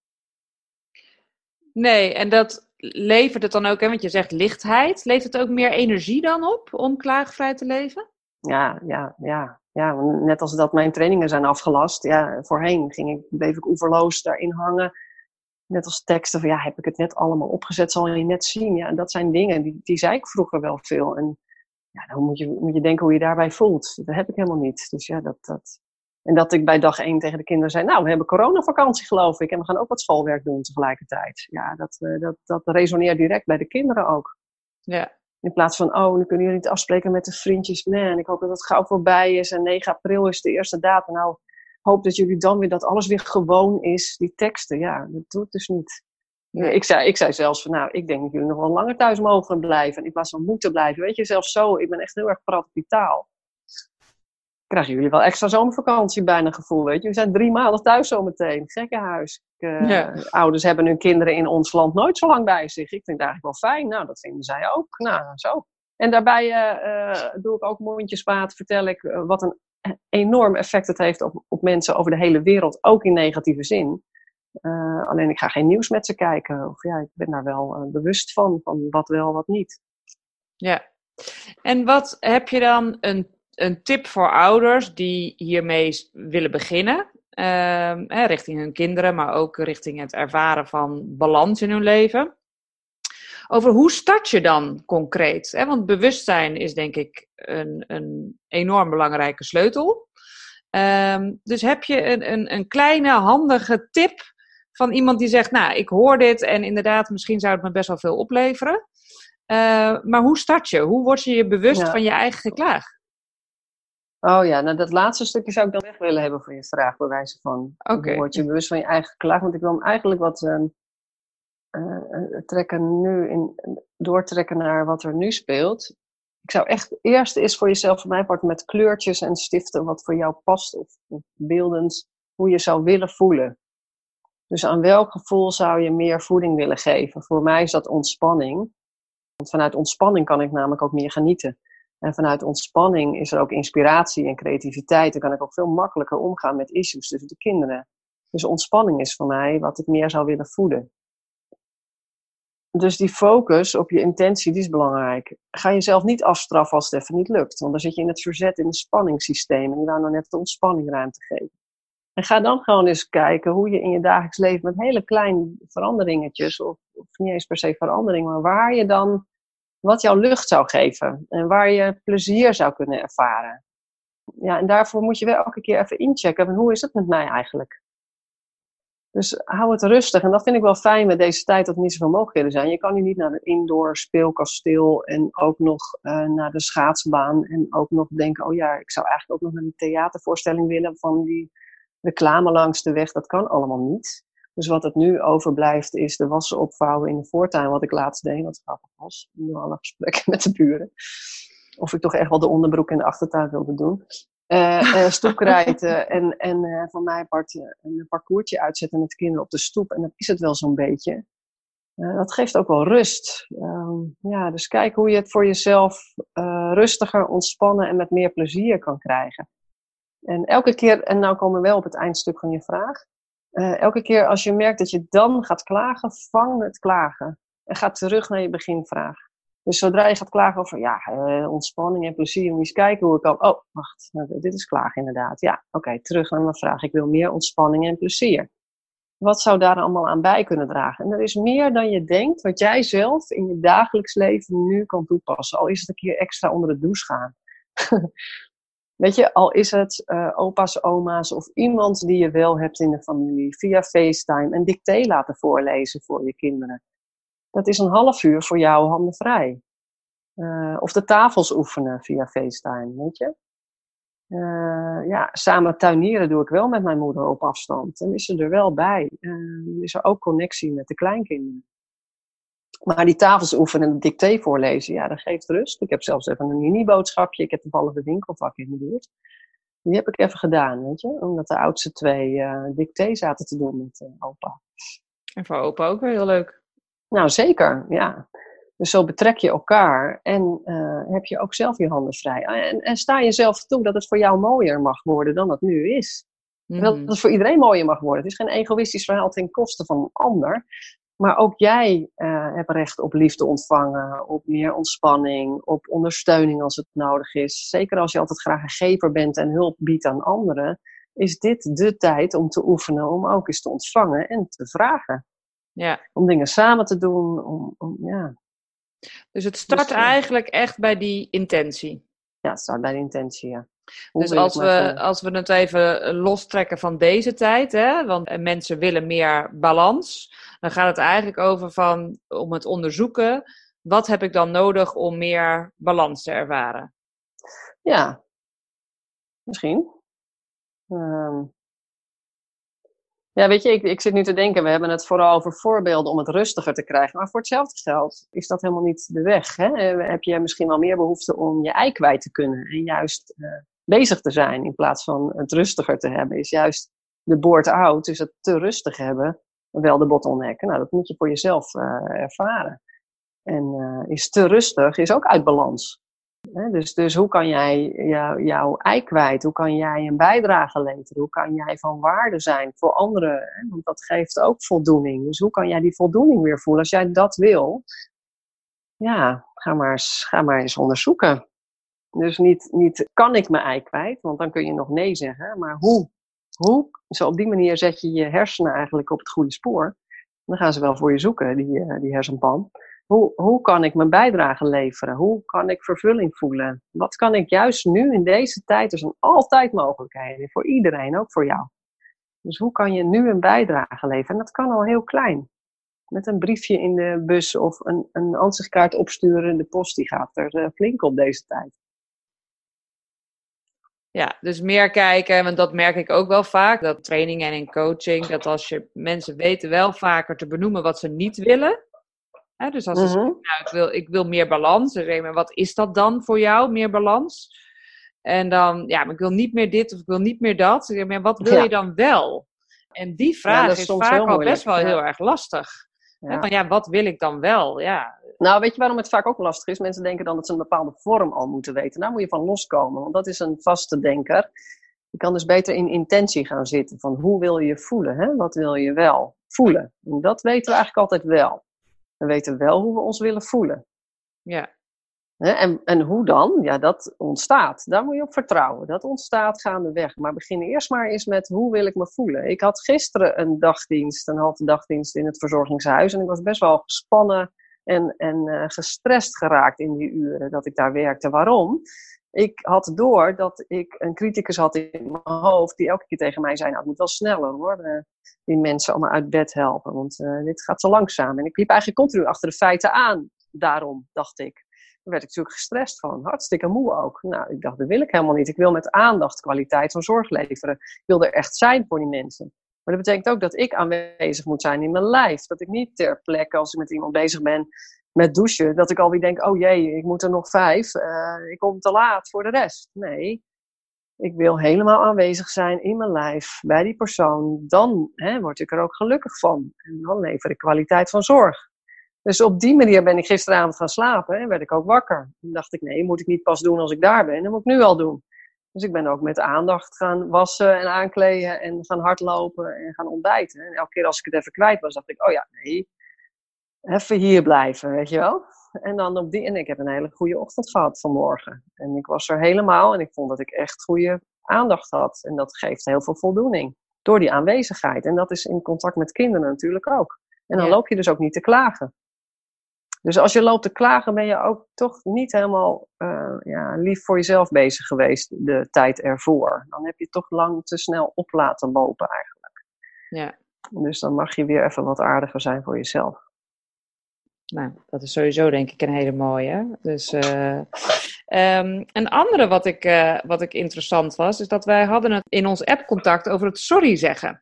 Nee, en dat levert het dan ook, hè, want je zegt lichtheid. Levert het ook meer energie dan op om klaagvrij te leven? Ja, ja, ja. Ja, net als dat mijn trainingen zijn afgelast. Ja, voorheen ging ik, bleef ik oeverloos daarin hangen. Net als teksten van, ja, heb ik het net allemaal opgezet, zal je net zien. Ja, en dat zijn dingen, die, die zei ik vroeger wel veel. En ja, dan moet je, moet je denken hoe je daarbij voelt. Dat heb ik helemaal niet. Dus ja, dat, dat... En dat ik bij dag één tegen de kinderen zei, nou, we hebben coronavakantie geloof ik. En we gaan ook wat schoolwerk doen tegelijkertijd. Ja, dat, dat, dat resoneert direct bij de kinderen ook. Ja. In plaats van, oh, nu kunnen jullie niet afspreken met de vriendjes. Nee, en ik hoop dat het gauw voorbij is. En negen april is de eerste datum. Nou, hoop dat jullie dan weer, dat alles weer gewoon is. Die teksten, ja, dat doet dus niet. Nee. Ik, zei, ik zei zelfs van, nou, ik denk dat jullie nog wel langer thuis mogen blijven. In plaats van moeten blijven. Weet je, zelfs zo, ik ben echt heel erg prat op die taal. Krijgen jullie wel extra zomervakantie bijna gevoel, weet je. We zijn drie maanden thuis zometeen. Gekkenhuis. Uh, ja. Ouders hebben hun kinderen in ons land nooit zo lang bij zich. Ik vind het eigenlijk wel fijn. Nou, dat vinden zij ook. Nou, zo. En daarbij uh, uh, doe ik ook mondjesmaat. Vertel ik uh, wat een enorm effect het heeft op, op mensen over de hele wereld. Ook in negatieve zin. Uh, alleen ik ga geen nieuws met ze kijken. Of ja, ik ben daar wel uh, bewust van. Van wat wel, wat niet. Ja. En wat heb je dan een Een tip voor ouders die hiermee willen beginnen, uh, eh, richting hun kinderen, maar ook richting het ervaren van balans in hun leven. over hoe start je dan concreet? Hè? Want bewustzijn is denk ik een, een enorm belangrijke sleutel. Um, dus heb je een, een, een kleine, handige tip van iemand die zegt, nou, ik hoor dit en inderdaad, misschien zou het me best wel veel opleveren. Uh, maar hoe start je? Hoe word je je bewust Ja. van je eigen geklaag? Oh ja, nou dat laatste stukje zou ik dan weg willen hebben van je vraag, bij wijze van. Okay. Hoe word je bewust van je eigen geklaag? Want ik wil hem eigenlijk wat uh, uh, trekken nu in, doortrekken naar wat er nu speelt. Ik zou echt, het eerste is voor jezelf, voor mij part met kleurtjes en stiften wat voor jou past, of, of beeldend, hoe je zou willen voelen. Dus aan welk gevoel zou je meer voeding willen geven? Voor mij is dat ontspanning. Want vanuit ontspanning kan ik namelijk ook meer genieten. En vanuit ontspanning is er ook inspiratie en creativiteit. Dan kan ik ook veel makkelijker omgaan met issues tussen de kinderen. Dus ontspanning is voor mij wat ik meer zou willen voeden. Dus die focus op je intentie, die is belangrijk. Ga jezelf niet afstraffen als het even niet lukt. Want dan zit je in het verzet, in het spanningssysteem. En je wou nou net de ontspanning ruimte geven. En ga dan gewoon eens kijken hoe je in je dagelijks leven met hele kleine veranderingetjes, of, of niet eens per se veranderingen, maar waar je dan, wat jouw lucht zou geven. En waar je plezier zou kunnen ervaren. Ja, en daarvoor moet je wel elke keer even inchecken, van hoe is het met mij eigenlijk? Dus hou het rustig. En dat vind ik wel fijn met deze tijd, dat er niet zoveel mogelijkheden zijn. Je kan nu niet naar een indoor speelkasteel en ook nog uh, naar de schaatsbaan. En ook nog denken, oh ja, ik zou eigenlijk ook nog naar die theatervoorstelling willen van die reclame langs de weg. Dat kan allemaal niet. Dus wat het nu overblijft is de wassen opvouwen in de voortuin, wat ik laatst deed, wat grappig was. Door alle gesprekken met de buren. Of ik toch echt wel de onderbroek in de achtertuin wilde doen. Uh, uh, stoepkrijten en, en uh, van mij apart uh, een parcoursje uitzetten met de kinderen op de stoep. En dat is het wel zo'n beetje. Uh, dat geeft ook wel rust. Um, ja, dus kijk hoe je het voor jezelf uh, rustiger, ontspannen en met meer plezier kan krijgen. En elke keer, en nou komen we wel op het eindstuk van je vraag. Uh, elke keer als je merkt dat je dan gaat klagen, vang het klagen. En ga terug naar je beginvraag. Dus zodra je gaat klagen over ja, uh, ontspanning en plezier, moet je eens kijken hoe ik kan. Oh, wacht, nou, dit is klagen inderdaad. Ja, oké, okay, terug naar mijn vraag. Ik wil meer ontspanning en plezier. Wat zou daar allemaal aan bij kunnen dragen? En er is meer dan je denkt, wat jij zelf in je dagelijks leven nu kan toepassen. Al is het een keer extra onder de douche gaan. Weet je, al is het uh, opa's, oma's of iemand die je wel hebt in de familie, via FaceTime een dicté laten voorlezen voor je kinderen. Dat is een half uur voor jou handen vrij. Uh, of de tafels oefenen via FaceTime, weet je. Uh, ja, samen tuinieren doe ik wel met mijn moeder op afstand. Dan is ze er wel bij. Uh, dan is er ook connectie met de kleinkinderen. Maar die tafels oefenen en de dicté voorlezen, ja, dat geeft rust. Ik heb zelfs even een mini-boodschapje. Ik heb toevallig de winkelvak in de buurt. Die heb ik even gedaan, weet je. Omdat de oudste twee uh, dicté zaten te doen met uh, opa. En voor opa ook weer heel leuk. Nou, zeker, ja. Dus zo betrek je elkaar en uh, heb je ook zelf je handen vrij. En, en sta jezelf toe dat het voor jou mooier mag worden dan het nu is. Mm-hmm. Dat het voor iedereen mooier mag worden. Het is geen egoïstisch verhaal ten koste van een ander. Maar ook jij uh, hebt recht op liefde ontvangen, op meer ontspanning, op ondersteuning als het nodig is. Zeker als je altijd graag een gever bent en hulp biedt aan anderen, is dit de tijd om te oefenen, om ook eens te ontvangen en te vragen. Ja. Om dingen samen te doen, om, om ja... Dus het start dus, eigenlijk echt bij die intentie. Ja, het start bij de intentie, ja. Hoe dus als we, als we het even lostrekken van deze tijd, hè, want mensen willen meer balans, dan gaat het eigenlijk over van, om het onderzoeken, wat heb ik dan nodig om meer balans te ervaren? Ja, misschien. Um... Ja, weet je, ik, ik zit nu te denken, we hebben het vooral over voorbeelden om het rustiger te krijgen. Maar voor hetzelfde geld is dat helemaal niet de weg. Hè? Heb je misschien wel meer behoefte om je ei kwijt te kunnen en juist uh, bezig te zijn in plaats van het rustiger te hebben. Is juist de board-out, dus het te rustig hebben, wel de bottleneck. Nou, dat moet je voor jezelf uh, ervaren. En uh, is te rustig, is ook uit balans. He, dus, dus hoe kan jij jou, jouw ei kwijt? Hoe kan jij een bijdrage leveren? Hoe kan jij van waarde zijn voor anderen? He, want dat geeft ook voldoening. Dus hoe kan jij die voldoening weer voelen? Als jij dat wil, ja, ga maar eens, ga maar eens onderzoeken. Dus niet, niet kan ik mijn ei kwijt, want dan kun je nog nee zeggen. Maar hoe? Hoe? Zo op die manier zet je je hersenen eigenlijk op het goede spoor. Dan gaan ze wel voor je zoeken, die, die hersenpan. Hoe, hoe kan ik mijn bijdrage leveren? Hoe kan ik vervulling voelen? Wat kan ik juist nu in deze tijd, er zijn altijd mogelijkheden voor iedereen, ook voor jou. Dus hoe kan je nu een bijdrage leveren? En dat kan al heel klein. Met een briefje in de bus of een, een ansichtkaart opsturen. De post die gaat er uh, flink op deze tijd. Ja, dus meer kijken, want dat merk ik ook wel vaak. Dat trainingen en in coaching, dat als je mensen weten wel vaker te benoemen wat ze niet willen. Hè, dus als ze Mm-hmm. zeggen, nou, ik wil, ik wil meer balans. Dan zeg je, maar wat is dat dan voor jou, meer balans? En dan, ja, maar ik wil niet meer dit of ik wil niet meer dat. Dan zeg je, maar wat wil Ja. je dan wel? En die vraag Ja, dat is, is soms vaak heel al moeilijk. best wel Ja. heel erg lastig. Ja. Hè, van ja, wat wil ik dan wel? Ja. Nou, weet je waarom het vaak ook lastig is? Mensen denken dan dat ze een bepaalde vorm al moeten weten. Daar moet je van loskomen, want dat is een vaste denker. Je kan dus beter in intentie gaan zitten. Van hoe wil je je voelen? Hè? Wat wil je wel voelen? En dat weten we eigenlijk altijd wel. We weten wel hoe we ons willen voelen. Ja. Hè? En, en hoe dan? Ja, dat ontstaat. Daar moet je op vertrouwen. Dat ontstaat gaandeweg. Maar begin eerst maar eens met hoe wil ik me voelen? Ik had gisteren een dagdienst, een halve dagdienst in het verzorgingshuis. En ik was best wel gespannen en, en uh, gestrest geraakt in die uren dat ik daar werkte. Waarom? Ik had door dat ik een criticus had in mijn hoofd die elke keer tegen mij zei, nou het moet wel sneller hoor, uh, die mensen allemaal uit bed helpen, want uh, dit gaat zo langzaam. En ik liep eigenlijk continu achter de feiten aan, daarom dacht ik. Daar werd ik natuurlijk gestrest van, hartstikke moe ook. Nou, ik dacht, dat wil ik helemaal niet. Ik wil met aandacht kwaliteit van zorg leveren. Ik wil er echt zijn voor die mensen. Maar dat betekent ook dat ik aanwezig moet zijn in mijn lijf. Dat ik niet ter plekke, als ik met iemand bezig ben met douchen, dat ik alweer denk, oh jee, ik moet er nog vijf. Uh, ik kom te laat voor de rest. Nee, ik wil helemaal aanwezig zijn in mijn lijf, bij die persoon. Dan hè, word ik er ook gelukkig van. En dan lever ik kwaliteit van zorg. Dus op die manier ben ik gisteravond gaan slapen en werd ik ook wakker. Toen dacht ik, nee, moet ik niet pas doen als ik daar ben. Dat moet ik nu al doen. Dus ik ben ook met aandacht gaan wassen en aankleden en gaan hardlopen en gaan ontbijten. En elke keer als ik het even kwijt was, dacht ik, oh ja, nee, even hier blijven, weet je wel. En dan op die, en ik heb een hele goede ochtend gehad vanmorgen. En ik was er helemaal en ik vond dat ik echt goede aandacht had. En dat geeft heel veel voldoening door die aanwezigheid. En dat is in contact met kinderen natuurlijk ook. En dan ja. loop je dus ook niet te klagen. Dus als je loopt te klagen, ben je ook toch niet helemaal uh, ja, lief voor jezelf bezig geweest de tijd ervoor. Dan heb je toch lang te snel op laten lopen eigenlijk. Ja. Dus dan mag je weer even wat aardiger zijn voor jezelf. Nou, dat is sowieso denk ik een hele mooie. Dus, uh, um, een andere wat ik, uh, wat ik interessant was, is dat wij hadden het in ons appcontact over het sorry zeggen.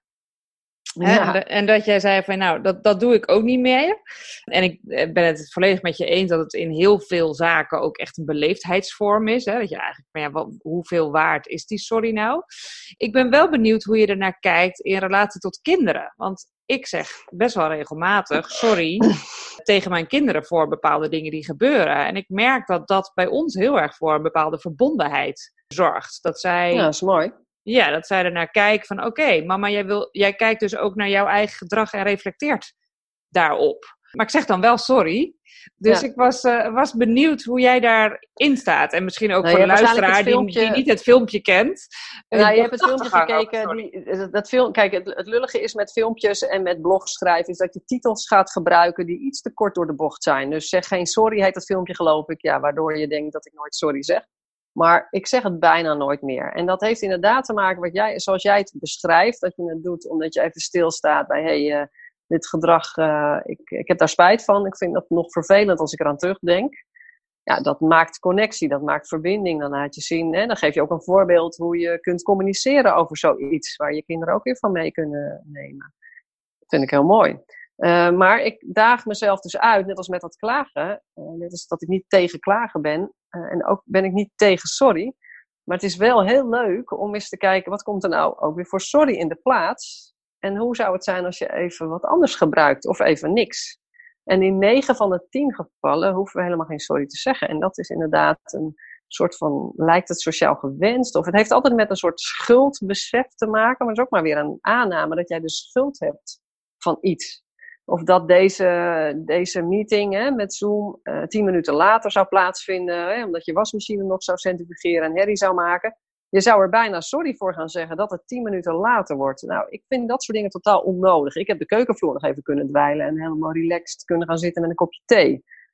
Ja. En, en dat jij zei van nou, dat, dat doe ik ook niet meer. En ik ben het volledig met je eens dat het in heel veel zaken ook echt een beleefdheidsvorm is. Hè? Dat je eigenlijk, maar ja, wat, hoeveel waard is die sorry nou? Ik ben wel benieuwd hoe je ernaar kijkt in relatie tot kinderen. Want ik zeg best wel regelmatig sorry tegen mijn kinderen voor bepaalde dingen die gebeuren. En ik merk dat dat bij ons heel erg voor een bepaalde verbondenheid zorgt. Dat zij... Ja, dat is mooi. Ja, dat zij ernaar kijken van oké, okay, mama, jij, wil, jij kijkt dus ook naar jouw eigen gedrag en reflecteert daarop. Maar ik zeg dan wel sorry. Dus ja. ik was, uh, was benieuwd hoe jij daarin staat. En misschien ook nou, voor de luisteraar filmpje... die, die niet het filmpje kent. Nou, je hebt het filmpje gekeken. Die, dat film, kijk, het, het lullige is met filmpjes en met blogs schrijven, is dat je titels gaat gebruiken die iets te kort door de bocht zijn. Dus zeg geen sorry, heet dat filmpje geloof ik. Ja, waardoor je denkt dat ik nooit sorry zeg. Maar ik zeg het bijna nooit meer. En dat heeft inderdaad te maken met jij, zoals jij het beschrijft. Dat je het doet omdat je even stilstaat bij hey, uh, dit gedrag. Uh, ik, ik heb daar spijt van. Ik vind dat nog vervelend als ik eraan terugdenk. Ja, dat maakt connectie. Dat maakt verbinding. Dan laat je zien. Hè? Dan geef je ook een voorbeeld hoe je kunt communiceren over zoiets. Waar je kinderen ook weer van mee kunnen nemen. Dat vind ik heel mooi. Uh, maar ik daag mezelf dus uit, net als met dat klagen. Uh, net als dat ik niet tegen klagen ben. Uh, en ook ben ik niet tegen sorry. Maar het is wel heel leuk om eens te kijken, wat komt er nou ook weer voor sorry in de plaats? En hoe zou het zijn als je even wat anders gebruikt of even niks? En in negen van de tien gevallen hoeven we helemaal geen sorry te zeggen. En dat is inderdaad een soort van, lijkt het sociaal gewenst? Of het heeft altijd met een soort schuldbesef te maken. Maar het is ook maar weer een aanname dat jij dus schuld hebt van iets. Of dat deze, deze meeting hè, met Zoom uh, tien minuten later zou plaatsvinden. Hè, omdat je wasmachine nog zou centrifugeren en herrie zou maken. Je zou er bijna sorry voor gaan zeggen dat het tien minuten later wordt. Nou, ik vind dat soort dingen totaal onnodig. Ik heb de keukenvloer nog even kunnen dweilen en helemaal relaxed kunnen gaan zitten met een kopje thee.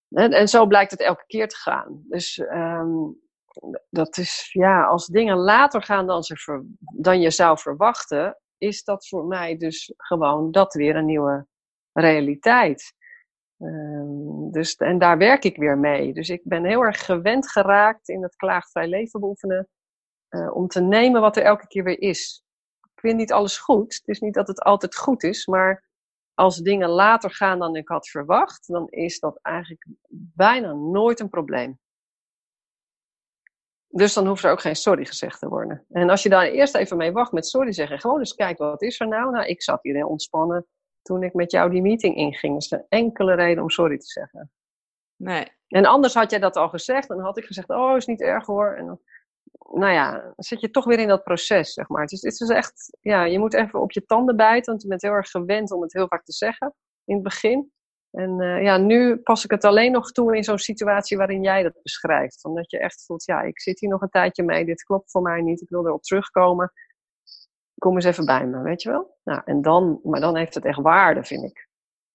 En, en zo blijkt het elke keer te gaan. Dus um, dat is, ja, als dingen later gaan dan, ze ver, dan je zou verwachten, is dat voor mij dus gewoon dat weer een nieuwe realiteit. Um, dus, en daar werk ik weer mee. Dus ik ben heel erg gewend geraakt in het klaagvrij leven beoefenen, uh, om te nemen wat er elke keer weer is. Ik vind niet alles goed. Het is niet dat het altijd goed is, maar als dingen later gaan dan ik had verwacht, dan is dat eigenlijk bijna nooit een probleem. Dus dan hoeft er ook geen sorry gezegd te worden. En als je daar eerst even mee wacht met sorry zeggen, gewoon eens kijken, wat is er nou? Nou, ik zat hier heel ontspannen toen ik met jou die meeting inging. Dus geen enkele reden om sorry te zeggen. Nee. En anders had jij dat al gezegd, en dan had ik gezegd, oh, is niet erg hoor. En dan, nou ja, dan zit je toch weer in dat proces, zeg maar. Dus het is echt, ja, je moet even op je tanden bijten, want je bent heel erg gewend om het heel vaak te zeggen in het begin. En uh, ja, nu pas ik het alleen nog toe in zo'n situatie waarin jij dat beschrijft. Omdat je echt voelt, ja, ik zit hier nog een tijdje mee, dit klopt voor mij niet, ik wil erop terugkomen. Kom eens even bij me, weet je wel? Nou, en dan, maar dan heeft het echt waarde, vind ik.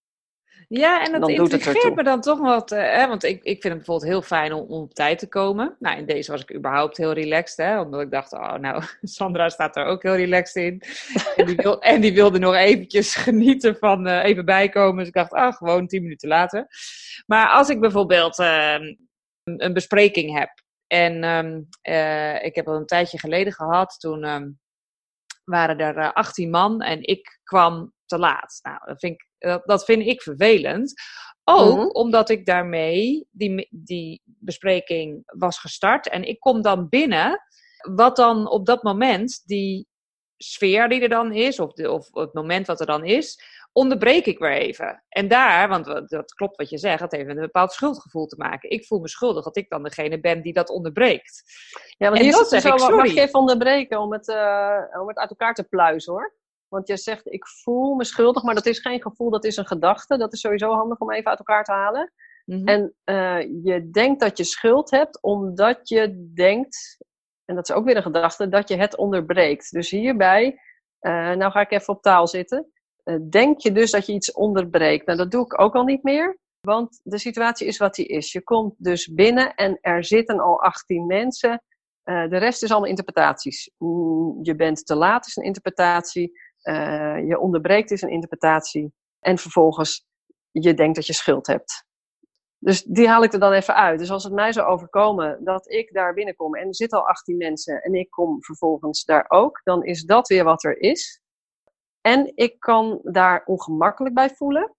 Ja, en dat dan intrigeert me dan toch wat, uh, hè, want ik, ik vind het bijvoorbeeld heel fijn om, om op tijd te komen. Nou, in deze was ik überhaupt heel relaxed, hè, omdat ik dacht, oh nou, Sandra staat er ook heel relaxed in. En die, wil, en die wilde nog eventjes genieten van uh, even bijkomen. Dus ik dacht, ah, gewoon tien minuten later. Maar als ik bijvoorbeeld uh, een, een bespreking heb, en um, uh, ik heb al een tijdje geleden gehad, toen um, waren er uh, achttien man en ik kwam te laat. Nou, dat vind ik, dat, dat vind ik vervelend. Ook mm-hmm. omdat ik daarmee die, die bespreking was gestart. En ik kom dan binnen. Wat dan op dat moment, die sfeer die er dan is, of, de, of het moment wat er dan is, onderbreek ik weer even. En daar, want dat klopt wat je zegt, dat heeft met een bepaald schuldgevoel te maken. Ik voel me schuldig dat ik dan degene ben die dat onderbreekt. Ja, want en hier dat zeg zeg ik, ik, sorry. Mag je even onderbreken om het, uh, om het uit elkaar te pluizen, hoor. Want je zegt, ik voel me schuldig, maar dat is geen gevoel, dat is een gedachte. Dat is sowieso handig om even uit elkaar te halen. Mm-hmm. En uh, je denkt dat je schuld hebt, omdat je denkt, en dat is ook weer een gedachte, dat je het onderbreekt. Dus hierbij, uh, nou ga ik even op taal zitten, uh, denk je dus dat je iets onderbreekt. Nou, dat doe ik ook al niet meer, want de situatie is wat die is. Je komt dus binnen en er zitten al achttien mensen. Uh, de rest is allemaal interpretaties. Mm, je bent te laat is een interpretatie. Uh, je onderbreekt is een interpretatie. En vervolgens, je denkt dat je schuld hebt. Dus die haal ik er dan even uit. Dus als het mij zou overkomen dat ik daar binnenkom en er zitten al achttien mensen en ik kom vervolgens daar ook, dan is dat weer wat er is. En ik kan daar ongemakkelijk bij voelen.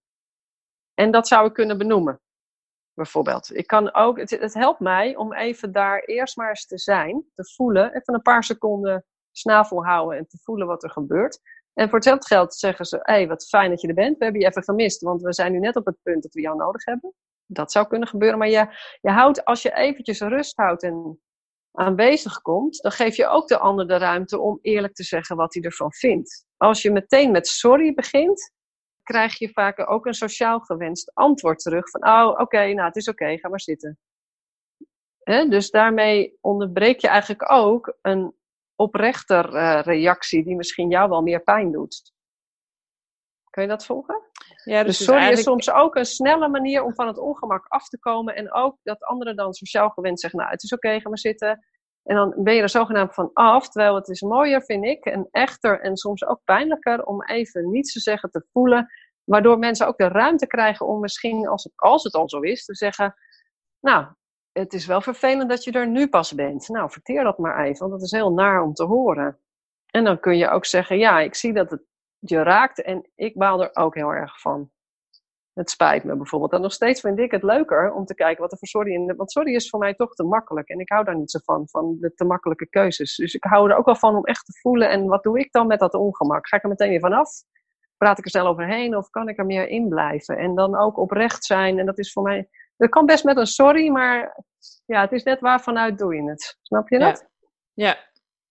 En dat zou ik kunnen benoemen. Bijvoorbeeld. Ik kan ook, het, het helpt mij om even daar eerst maar eens te zijn, te voelen, even een paar seconden snavel houden en te voelen wat er gebeurt. En voor hetzelfde geld zeggen ze, hé, hey, wat fijn dat je er bent, we hebben je even gemist, want we zijn nu net op het punt dat we jou nodig hebben. Dat zou kunnen gebeuren, maar je, je houdt, als je eventjes rust houdt en aanwezig komt, dan geef je ook de ander de ruimte om eerlijk te zeggen wat hij ervan vindt. Als je meteen met sorry begint, krijg je vaak ook een sociaal gewenst antwoord terug van, oh, oké, okay, nou, het is oké, okay, ga maar zitten. He, dus daarmee onderbreek je eigenlijk ook een oprechter uh, reactie die misschien jou wel meer pijn doet. Kun je dat volgen? Ja, dus, dus sorry eigenlijk is soms ook een snelle manier om van het ongemak af te komen en ook dat anderen dan sociaal gewend zeggen, nou, het is oké, okay, ga maar zitten. En dan ben je er zogenaamd van af, terwijl het is mooier, vind ik, en echter en soms ook pijnlijker om even niets te zeggen, te voelen, waardoor mensen ook de ruimte krijgen om misschien, als het, als het al zo is, te zeggen, nou, het is wel vervelend dat je er nu pas bent. Nou, verteer dat maar even, want dat is heel naar om te horen. En dan kun je ook zeggen, ja, ik zie dat het je raakt en ik baal er ook heel erg van. Het spijt me bijvoorbeeld. En nog steeds vind ik het leuker om te kijken wat er voor sorry in... Want sorry is voor mij toch te makkelijk. En ik hou daar niet zo van, van de te makkelijke keuzes. Dus ik hou er ook wel van om echt te voelen. En wat doe ik dan met dat ongemak? Ga ik er meteen weer vanaf? Praat ik er snel overheen? Of kan ik er meer in blijven? En dan ook oprecht zijn. En dat is voor mij... Dat kan best met een sorry, maar ja, het is net waar vanuit doe je het. Snap je dat? Ja. Ja,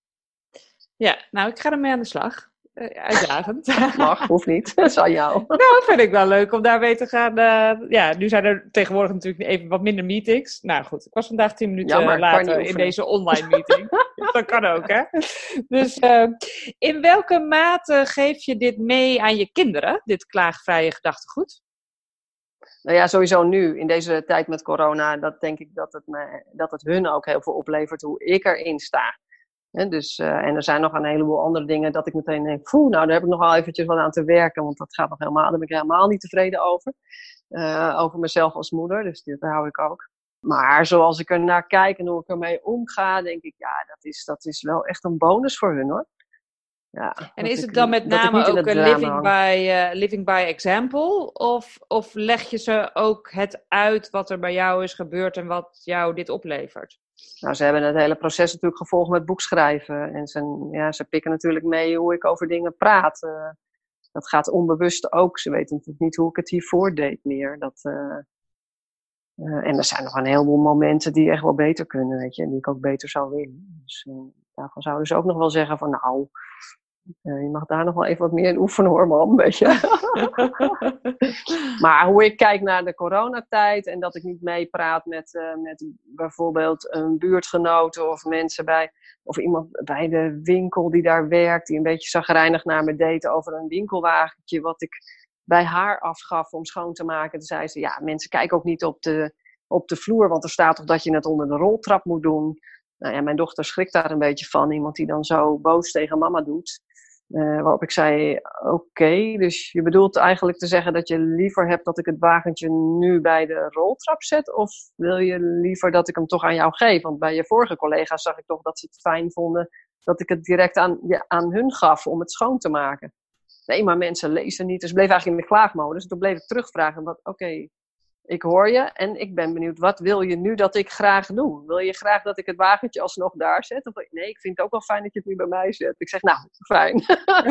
ja. Nou, ik ga ermee aan de slag. Uitdagend. Mag, hoeft niet. Dat is aan jou. Nou, vind ik wel leuk om daar mee te gaan. Uh, ja, nu zijn er tegenwoordig natuurlijk even wat minder meetings. Nou goed, ik was vandaag tien minuten ja, later in deze online meeting. Dus dat kan ook, hè. Dus uh, in welke mate geef je dit mee aan je kinderen, dit klaagvrije gedachtegoed? Nou ja, sowieso nu, in deze tijd met corona, dat denk ik dat het, me, dat het hun ook heel veel oplevert hoe ik erin sta. He, dus, uh, en er zijn nog een heleboel andere dingen dat ik meteen denk, poeh, nou daar heb ik nog wel eventjes wat aan te werken, want dat gaat nog helemaal, daar ben ik helemaal niet tevreden over. Uh, over mezelf als moeder, dus dit hou ik ook. Maar zoals ik er naar kijk en hoe ik ermee omga, denk ik, ja, dat is, dat is wel echt een bonus voor hun, hoor. Ja, en is het ik, dan met name ook een living by, uh, living by example? Of, of leg je ze ook het uit wat er bij jou is gebeurd en wat jou dit oplevert? Nou, ze hebben het hele proces natuurlijk gevolgd met boekschrijven. En ze, ja, ze pikken natuurlijk mee hoe ik over dingen praat. Uh, dat gaat onbewust ook. Ze weten natuurlijk niet hoe ik het hiervoor deed meer. Dat, uh, uh, en er zijn nog een heleboel momenten die echt wel beter kunnen, weet je. En die ik ook beter zou willen. Dus uh, daarvan zouden ze ook nog wel zeggen van, nou... Uh, je mag daar nog wel even wat meer in oefenen, hoor, man, weet je. Maar hoe ik kijk naar de coronatijd en dat ik niet meepraat met, uh, met bijvoorbeeld een buurtgenoot of mensen bij, of iemand bij de winkel die daar werkt, die een beetje chagrijnig naar me deed over een winkelwagentje wat ik bij haar afgaf om schoon te maken. Toen zei ze, ja, mensen kijken ook niet op de, op de vloer, want er staat toch dat je het onder de roltrap moet doen. Nou ja, mijn dochter schrikt daar een beetje van, iemand die dan zo boos tegen mama doet. Uh, waarop ik zei, oké, okay, dus je bedoelt eigenlijk te zeggen dat je liever hebt dat ik het wagentje nu bij de roltrap zet? Of wil je liever dat ik hem toch aan jou geef? Want bij je vorige collega's zag ik toch dat ze het fijn vonden dat ik het direct aan, ja, aan hun gaf om het schoon te maken. Nee, maar mensen lezen niet. Dus ik bleef eigenlijk in de klaagmodus. Toen bleef ik terugvragen, oké, okay, ik hoor je en ik ben benieuwd, wat wil je nu dat ik graag doe? Wil je graag dat ik het wagentje alsnog daar zet? Of, nee, ik vind het ook wel fijn dat je het nu bij mij zet. Ik zeg, nou, fijn.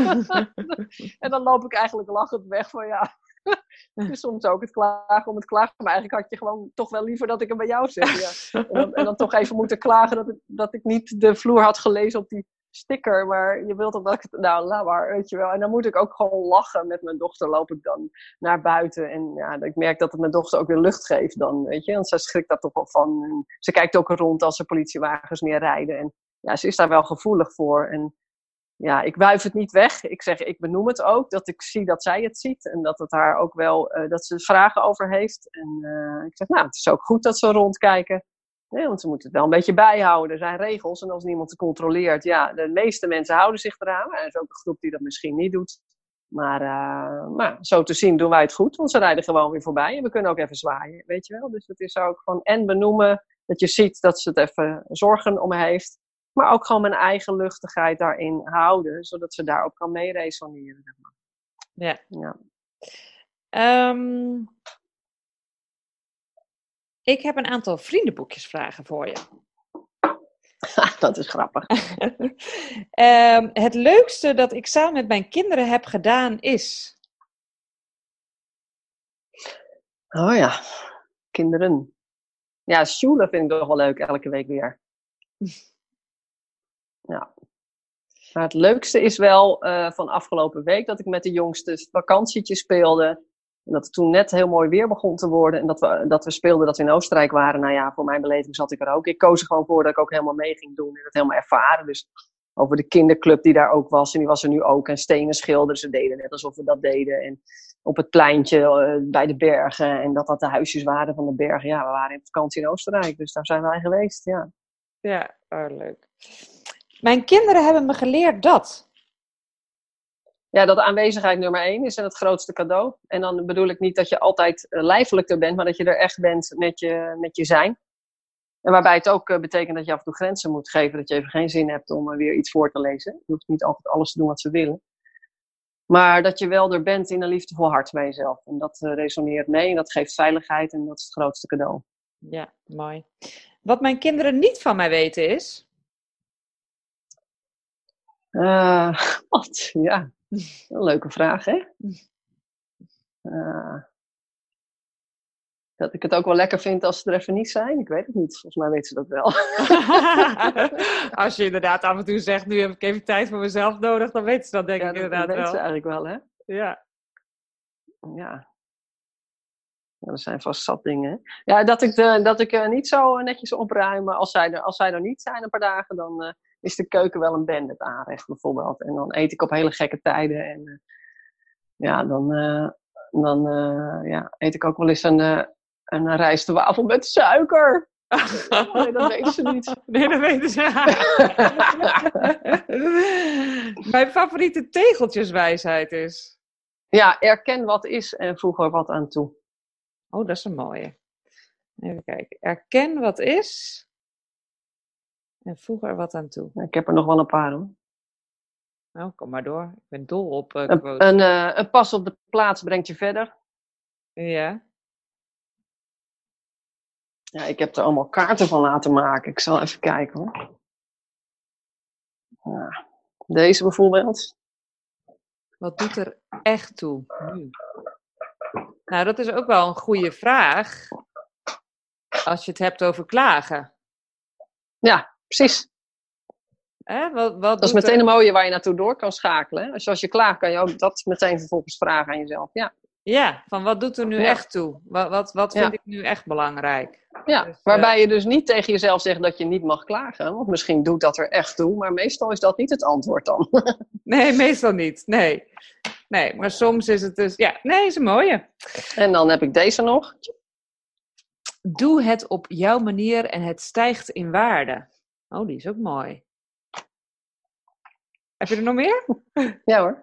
En dan loop ik eigenlijk lachend weg van, ja, het is soms ook het klagen om het klagen. Maar eigenlijk had je gewoon toch wel liever dat ik hem bij jou zet. Ja. En, dan, en dan toch even moeten klagen dat ik, dat ik niet de vloer had gelezen op die sticker, maar je wilt toch dat ik het... Nou, laat maar, weet je wel. En dan moet ik ook gewoon lachen. Met mijn dochter loop ik dan naar buiten. En ja, ik merk dat het mijn dochter ook weer lucht geeft dan, weet je. Want zij schrikt daar toch wel van. En ze kijkt ook rond als er politiewagens meer rijden. En ja, ze is daar wel gevoelig voor. En ja, ik wuif het niet weg. Ik zeg, ik benoem het ook. Dat ik zie dat zij het ziet. En dat het haar ook wel, uh, dat ze vragen over heeft. En uh, ik zeg, nou, het is ook goed dat ze rondkijken. Nee, want ze moeten het wel een beetje bijhouden. Er zijn regels en als niemand het controleert, ja, de meeste mensen houden zich eraan. Er is ook een groep die dat misschien niet doet. Maar, uh, maar zo te zien doen wij het goed, want ze rijden gewoon weer voorbij. En we kunnen ook even zwaaien, weet je wel. Dus het is ook van en benoemen, dat je ziet dat ze het even zorgen om heeft. Maar ook gewoon mijn eigen luchtigheid daarin houden, zodat ze daarop kan mee resoneren. Zeg maar. Ja. Ja. Um... Ik heb een aantal vriendenboekjesvragen voor je. Dat is grappig. um, het leukste dat ik samen met mijn kinderen heb gedaan is? Oh ja, kinderen. Ja, schoelen vind ik toch wel leuk, elke week weer. Ja. Maar het leukste is wel uh, van afgelopen week dat ik met de jongste vakantietje speelde. En dat het toen net heel mooi weer begon te worden. En dat we, dat we speelden dat we in Oostenrijk waren. Nou ja, voor mijn beleving zat ik er ook. Ik koos er gewoon voor dat ik ook helemaal mee ging doen. En dat helemaal ervaren. Dus over de kinderclub die daar ook was. En die was er nu ook. En stenen schilderen. Ze deden net alsof we dat deden. En op het pleintje uh, bij de bergen. En dat dat de huisjes waren van de bergen. Ja, we waren in vakantie in Oostenrijk. Dus daar zijn wij geweest, ja. Ja, oh, leuk. Mijn kinderen hebben me geleerd dat... Ja, dat aanwezigheid nummer één is en het grootste cadeau. En dan bedoel ik niet dat je altijd uh, lijfelijk er bent, maar dat je er echt bent met je, met je zijn. En waarbij het ook uh, betekent dat je af en toe grenzen moet geven. Dat je even geen zin hebt om uh, weer iets voor te lezen. Je hoeft niet altijd alles te doen wat ze willen. Maar dat je wel er bent in een liefdevol hart bij jezelf. En dat uh, resoneert mee en dat geeft veiligheid en dat is het grootste cadeau. Ja, mooi. Wat mijn kinderen niet van mij weten is... Uh, wat? Ja, een leuke vraag, hè? Uh, dat ik het ook wel lekker vind als ze er even niet zijn. Ik weet het niet. Volgens mij weten ze dat wel. Als je inderdaad af en toe zegt, nu heb ik even tijd voor mezelf nodig, dan weten ze dat denk ja, ik dat, inderdaad dat wel. Dat weten ze eigenlijk wel, hè? Ja. Ja. Ja, er zijn vast zat dingen. Hè? Ja, dat ik, de, dat ik uh, niet zo netjes opruim. Maar als zij, er, als zij er niet zijn een paar dagen, dan uh, is de keuken wel een bende, het aanrecht bijvoorbeeld. En dan eet ik op hele gekke tijden. En uh, ja, dan, uh, dan uh, ja, eet ik ook wel eens een, uh, een rijstwafel met suiker. Oh, nee, dat weten ze niet. Nee, dat weten ze. Mijn favoriete tegeltjeswijsheid is... Ja, erken wat is en voeg er wat aan toe. Oh, dat is een mooie. Even kijken. Erken wat is en voeg er wat aan toe. Ik heb er nog wel een paar hoor. Nou, kom maar door. Ik ben dol op uh, een, een, uh, een pas op de plaats brengt je verder. Ja. Ja, ik heb er allemaal kaarten van laten maken. Ik zal even kijken hoor. Ja, deze bijvoorbeeld. Wat doet er echt toe nu? Nou, dat is ook wel een goede vraag. Als je het hebt over klagen. Ja, precies. Eh, wat, wat dat is meteen er... een mooie waar je naartoe door kan schakelen. Hè? Als, je, als je klaagt, kan je ook dat meteen vervolgens vragen aan jezelf. Ja, ja van wat doet er nu ja. echt toe? Wat, wat, wat vind ja. ik nu echt belangrijk? Ja, dus, waarbij uh... je dus niet tegen jezelf zegt dat je niet mag klagen. Want misschien doet dat er echt toe. Maar meestal is dat niet het antwoord dan. Nee, meestal niet. Nee. Nee, maar soms is het dus... Ja, nee, is een mooie. En dan heb ik deze nog. Doe het op jouw manier en het stijgt in waarde. Oh, die is ook mooi. Heb je er nog meer? Ja hoor.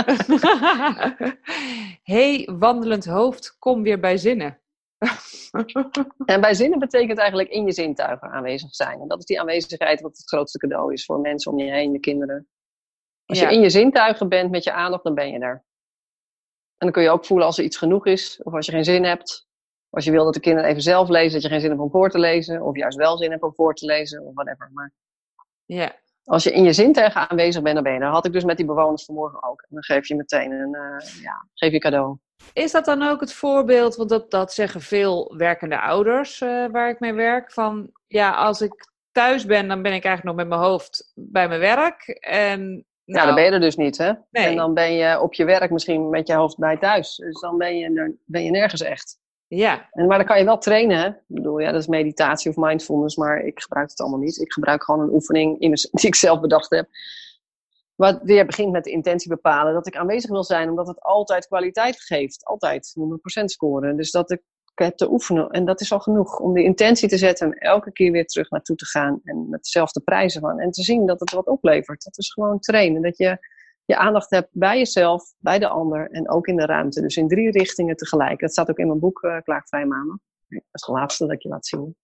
Hey, wandelend hoofd, kom weer bij zinnen. En bij zinnen betekent eigenlijk in je zintuigen aanwezig zijn. En dat is die aanwezigheid wat het grootste cadeau is voor mensen om je heen, de kinderen. Als ja. je in je zintuigen bent met je aandacht, dan ben je er. En dan kun je ook voelen als er iets genoeg is, of als je geen zin hebt. Als je wil dat de kinderen even zelf lezen, dat je geen zin hebt om voor te lezen. Of juist wel zin hebt om voor te lezen, of whatever. Maar ja. als je in je zintuigen aanwezig bent, dan ben je er. Dat had ik dus met die bewoners vanmorgen ook. En dan geef je meteen een uh, ja, geef je cadeau. Is dat dan ook het voorbeeld, want dat, dat zeggen veel werkende ouders uh, waar ik mee werk, van ja, als ik thuis ben, dan ben ik eigenlijk nog met mijn hoofd bij mijn werk. En, nou, ja, dan ben je er dus niet, hè? Nee. En dan ben je op je werk misschien met je hoofd bij thuis. Dus dan ben je, er, ben je nergens echt. Ja. En, maar dan kan je wel trainen, hè? Ik bedoel, ja, dat is meditatie of mindfulness, maar ik gebruik het allemaal niet. Ik gebruik gewoon een oefening in mijn, die ik zelf bedacht heb. Wat weer begint met de intentie bepalen. Dat ik aanwezig wil zijn, omdat het altijd kwaliteit geeft. Altijd honderd procent scoren. Dus dat ik heb te oefenen. En dat is al genoeg. Om de intentie te zetten en elke keer weer terug naartoe te gaan. En met dezelfde prijzen van. En te zien dat het wat oplevert. Dat is gewoon trainen. Dat je je aandacht hebt bij jezelf, bij de ander en ook in de ruimte. Dus in drie richtingen tegelijk. Dat staat ook in mijn boek uh, Klaagvrij Maanden. Dat is het laatste dat ik je laat zien.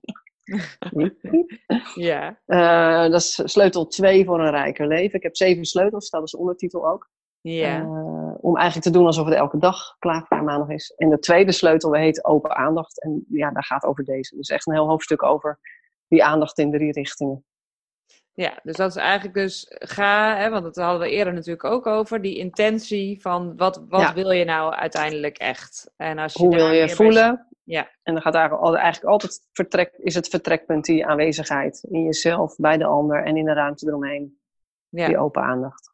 Ja. Uh, dat is sleutel twee voor een rijker leven. Ik heb zeven sleutels, staat als ondertitel ook. Ja. Uh, om eigenlijk te doen alsof het elke dag klaagvrij maandag is. En de tweede sleutel heet open aandacht. En ja, daar gaat over deze. Dus echt een heel hoofdstuk over die aandacht in drie richtingen. Ja, dus dat is eigenlijk dus ga, hè, want dat hadden we eerder natuurlijk ook over, die intentie van wat, wat ja. wil je nou uiteindelijk echt? En als je Hoe wil je voelen? Bij... Ja. En dan gaat eigenlijk altijd vertrek, is het vertrekpunt die aanwezigheid in jezelf, bij de ander en in de ruimte eromheen. Ja. Die open aandacht.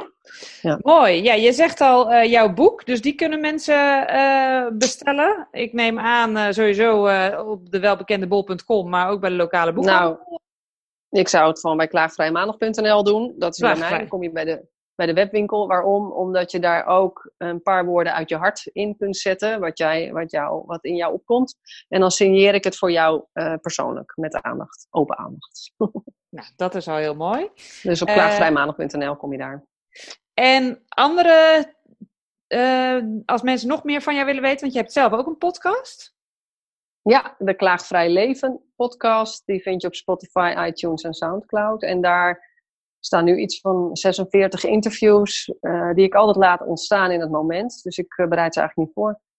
Ja. Mooi. Ja, je zegt al uh, jouw boek, dus die kunnen mensen uh, bestellen. Ik neem aan uh, sowieso uh, op de welbekende bol punt com, maar ook bij de lokale boekhandel. Nou, ik zou het gewoon bij klaagvrijmaandag punt n l doen. Dat is bij mij. Dan kom je bij de, bij de webwinkel. Waarom? Omdat je daar ook een paar woorden uit je hart in kunt zetten. Wat, jij, wat, jou, wat in jou opkomt. En dan signeer ik het voor jou uh, persoonlijk. Met aandacht. Open aandacht. Nou, dat is al heel mooi. Dus op klaagvrijmaandag punt n l kom je daar. En andere... Uh, als mensen nog meer van jou willen weten. Want je hebt zelf ook een podcast. Ja, de Klaagvrij Leven podcast. Die vind je op Spotify, iTunes en Soundcloud. En daar staan nu iets van zesenveertig interviews. Uh, die ik altijd laat ontstaan in het moment. Dus ik uh, bereid ze eigenlijk niet voor.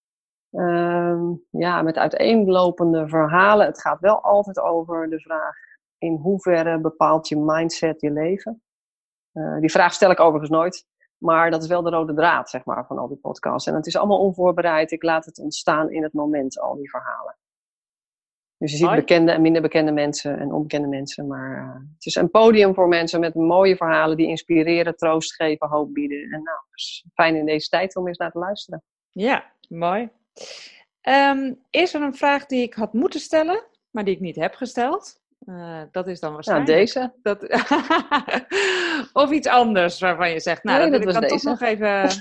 Uh, ja, met uiteenlopende verhalen. Het gaat wel altijd over de vraag. In hoeverre bepaalt je mindset je leven? Uh, die vraag stel ik overigens nooit. Maar dat is wel de rode draad, zeg maar, van al die podcasts. En het is allemaal onvoorbereid. Ik laat het ontstaan in het moment, al die verhalen. Dus je ziet Hoi. bekende en minder bekende mensen en onbekende mensen. Maar uh, het is een podium voor mensen met mooie verhalen die inspireren, troost geven, hoop bieden. En nou, dus fijn in deze tijd om eens naar te luisteren. Ja, mooi. Um, is er een vraag die ik had moeten stellen, maar die ik niet heb gesteld? Uh, dat is dan Ja, waarschijnlijk. deze. Dat... of iets anders waarvan je zegt, nou, Nee, dat dat wil ik was dan deze. toch nog even...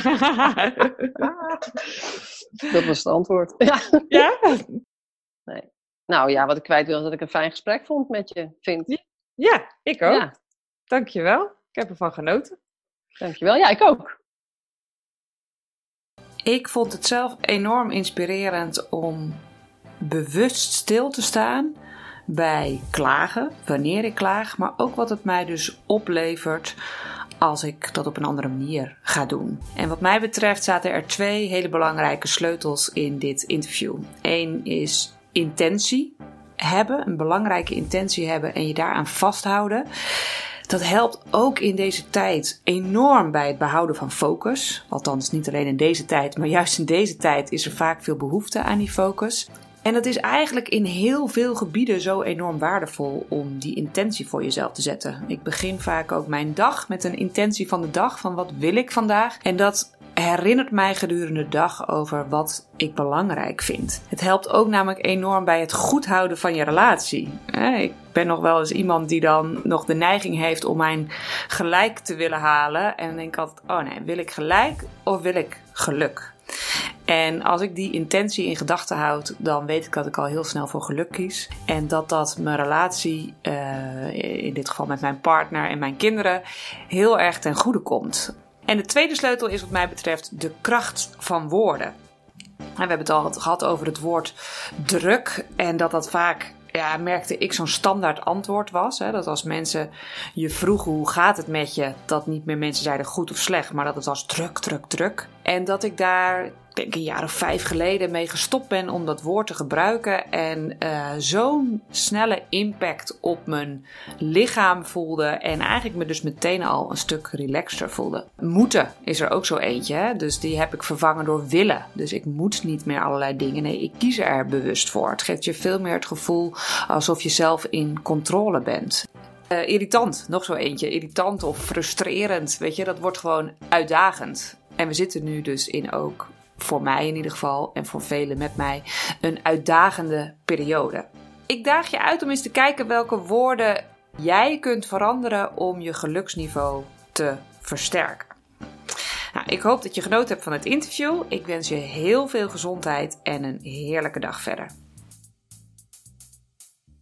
Dat was het antwoord. Ja. Ja? Nee. Nou ja, wat ik kwijt wil is dat ik een fijn gesprek vond met je, vind. Ja, ik ook. Ja. Dankjewel. Ik heb ervan genoten. Dankjewel. Ja, ik ook. Ik vond het zelf enorm inspirerend om bewust stil te staan bij klagen, wanneer ik klaag, maar ook wat het mij dus oplevert als ik dat op een andere manier ga doen. En wat mij betreft zaten er twee hele belangrijke sleutels in dit interview. Eén is intentie hebben, een belangrijke intentie hebben en je daaraan vasthouden. Dat helpt ook in deze tijd enorm bij het behouden van focus. Althans, niet alleen in deze tijd, maar juist in deze tijd is er vaak veel behoefte aan die focus. En het is eigenlijk in heel veel gebieden zo enorm waardevol om die intentie voor jezelf te zetten. Ik begin vaak ook mijn dag met een intentie van de dag, van wat wil ik vandaag. En dat herinnert mij gedurende de dag over wat ik belangrijk vind. Het helpt ook namelijk enorm bij het goed houden van je relatie. Ik ben nog wel eens iemand die dan nog de neiging heeft om mijn gelijk te willen halen. En dan denk ik altijd, oh nee, wil ik gelijk of wil ik geluk? En als ik die intentie in gedachten houd, dan weet ik dat ik al heel snel voor geluk kies. En dat dat mijn relatie, uh, in dit geval met mijn partner en mijn kinderen, heel erg ten goede komt. En de tweede sleutel is wat mij betreft de kracht van woorden. We hebben het al gehad over het woord druk en dat dat vaak, ja, merkte ik, zo'n standaard antwoord was. Hè? Dat als mensen je vroegen hoe gaat het met je, dat niet meer mensen zeiden goed of slecht, maar dat het was druk, druk, druk. En dat ik daar, denk een jaar of vijf geleden mee gestopt ben om dat woord te gebruiken. En uh, zo'n snelle impact op mijn lichaam voelde. En eigenlijk me dus meteen al een stuk relaxter voelde. Moeten is er ook zo eentje. Hè? Dus die heb ik vervangen door willen. Dus ik moet niet meer allerlei dingen. Nee, ik kies er bewust voor. Het geeft je veel meer het gevoel alsof je zelf in controle bent. Uh, irritant, nog zo eentje. Irritant of frustrerend. Weet je, dat wordt gewoon uitdagend. En we zitten nu dus in ook, voor mij in ieder geval en voor velen met mij, een uitdagende periode. Ik daag je uit om eens te kijken welke woorden jij kunt veranderen om je geluksniveau te versterken. Nou, ik hoop dat je genoten hebt van het interview. Ik wens je heel veel gezondheid en een heerlijke dag verder.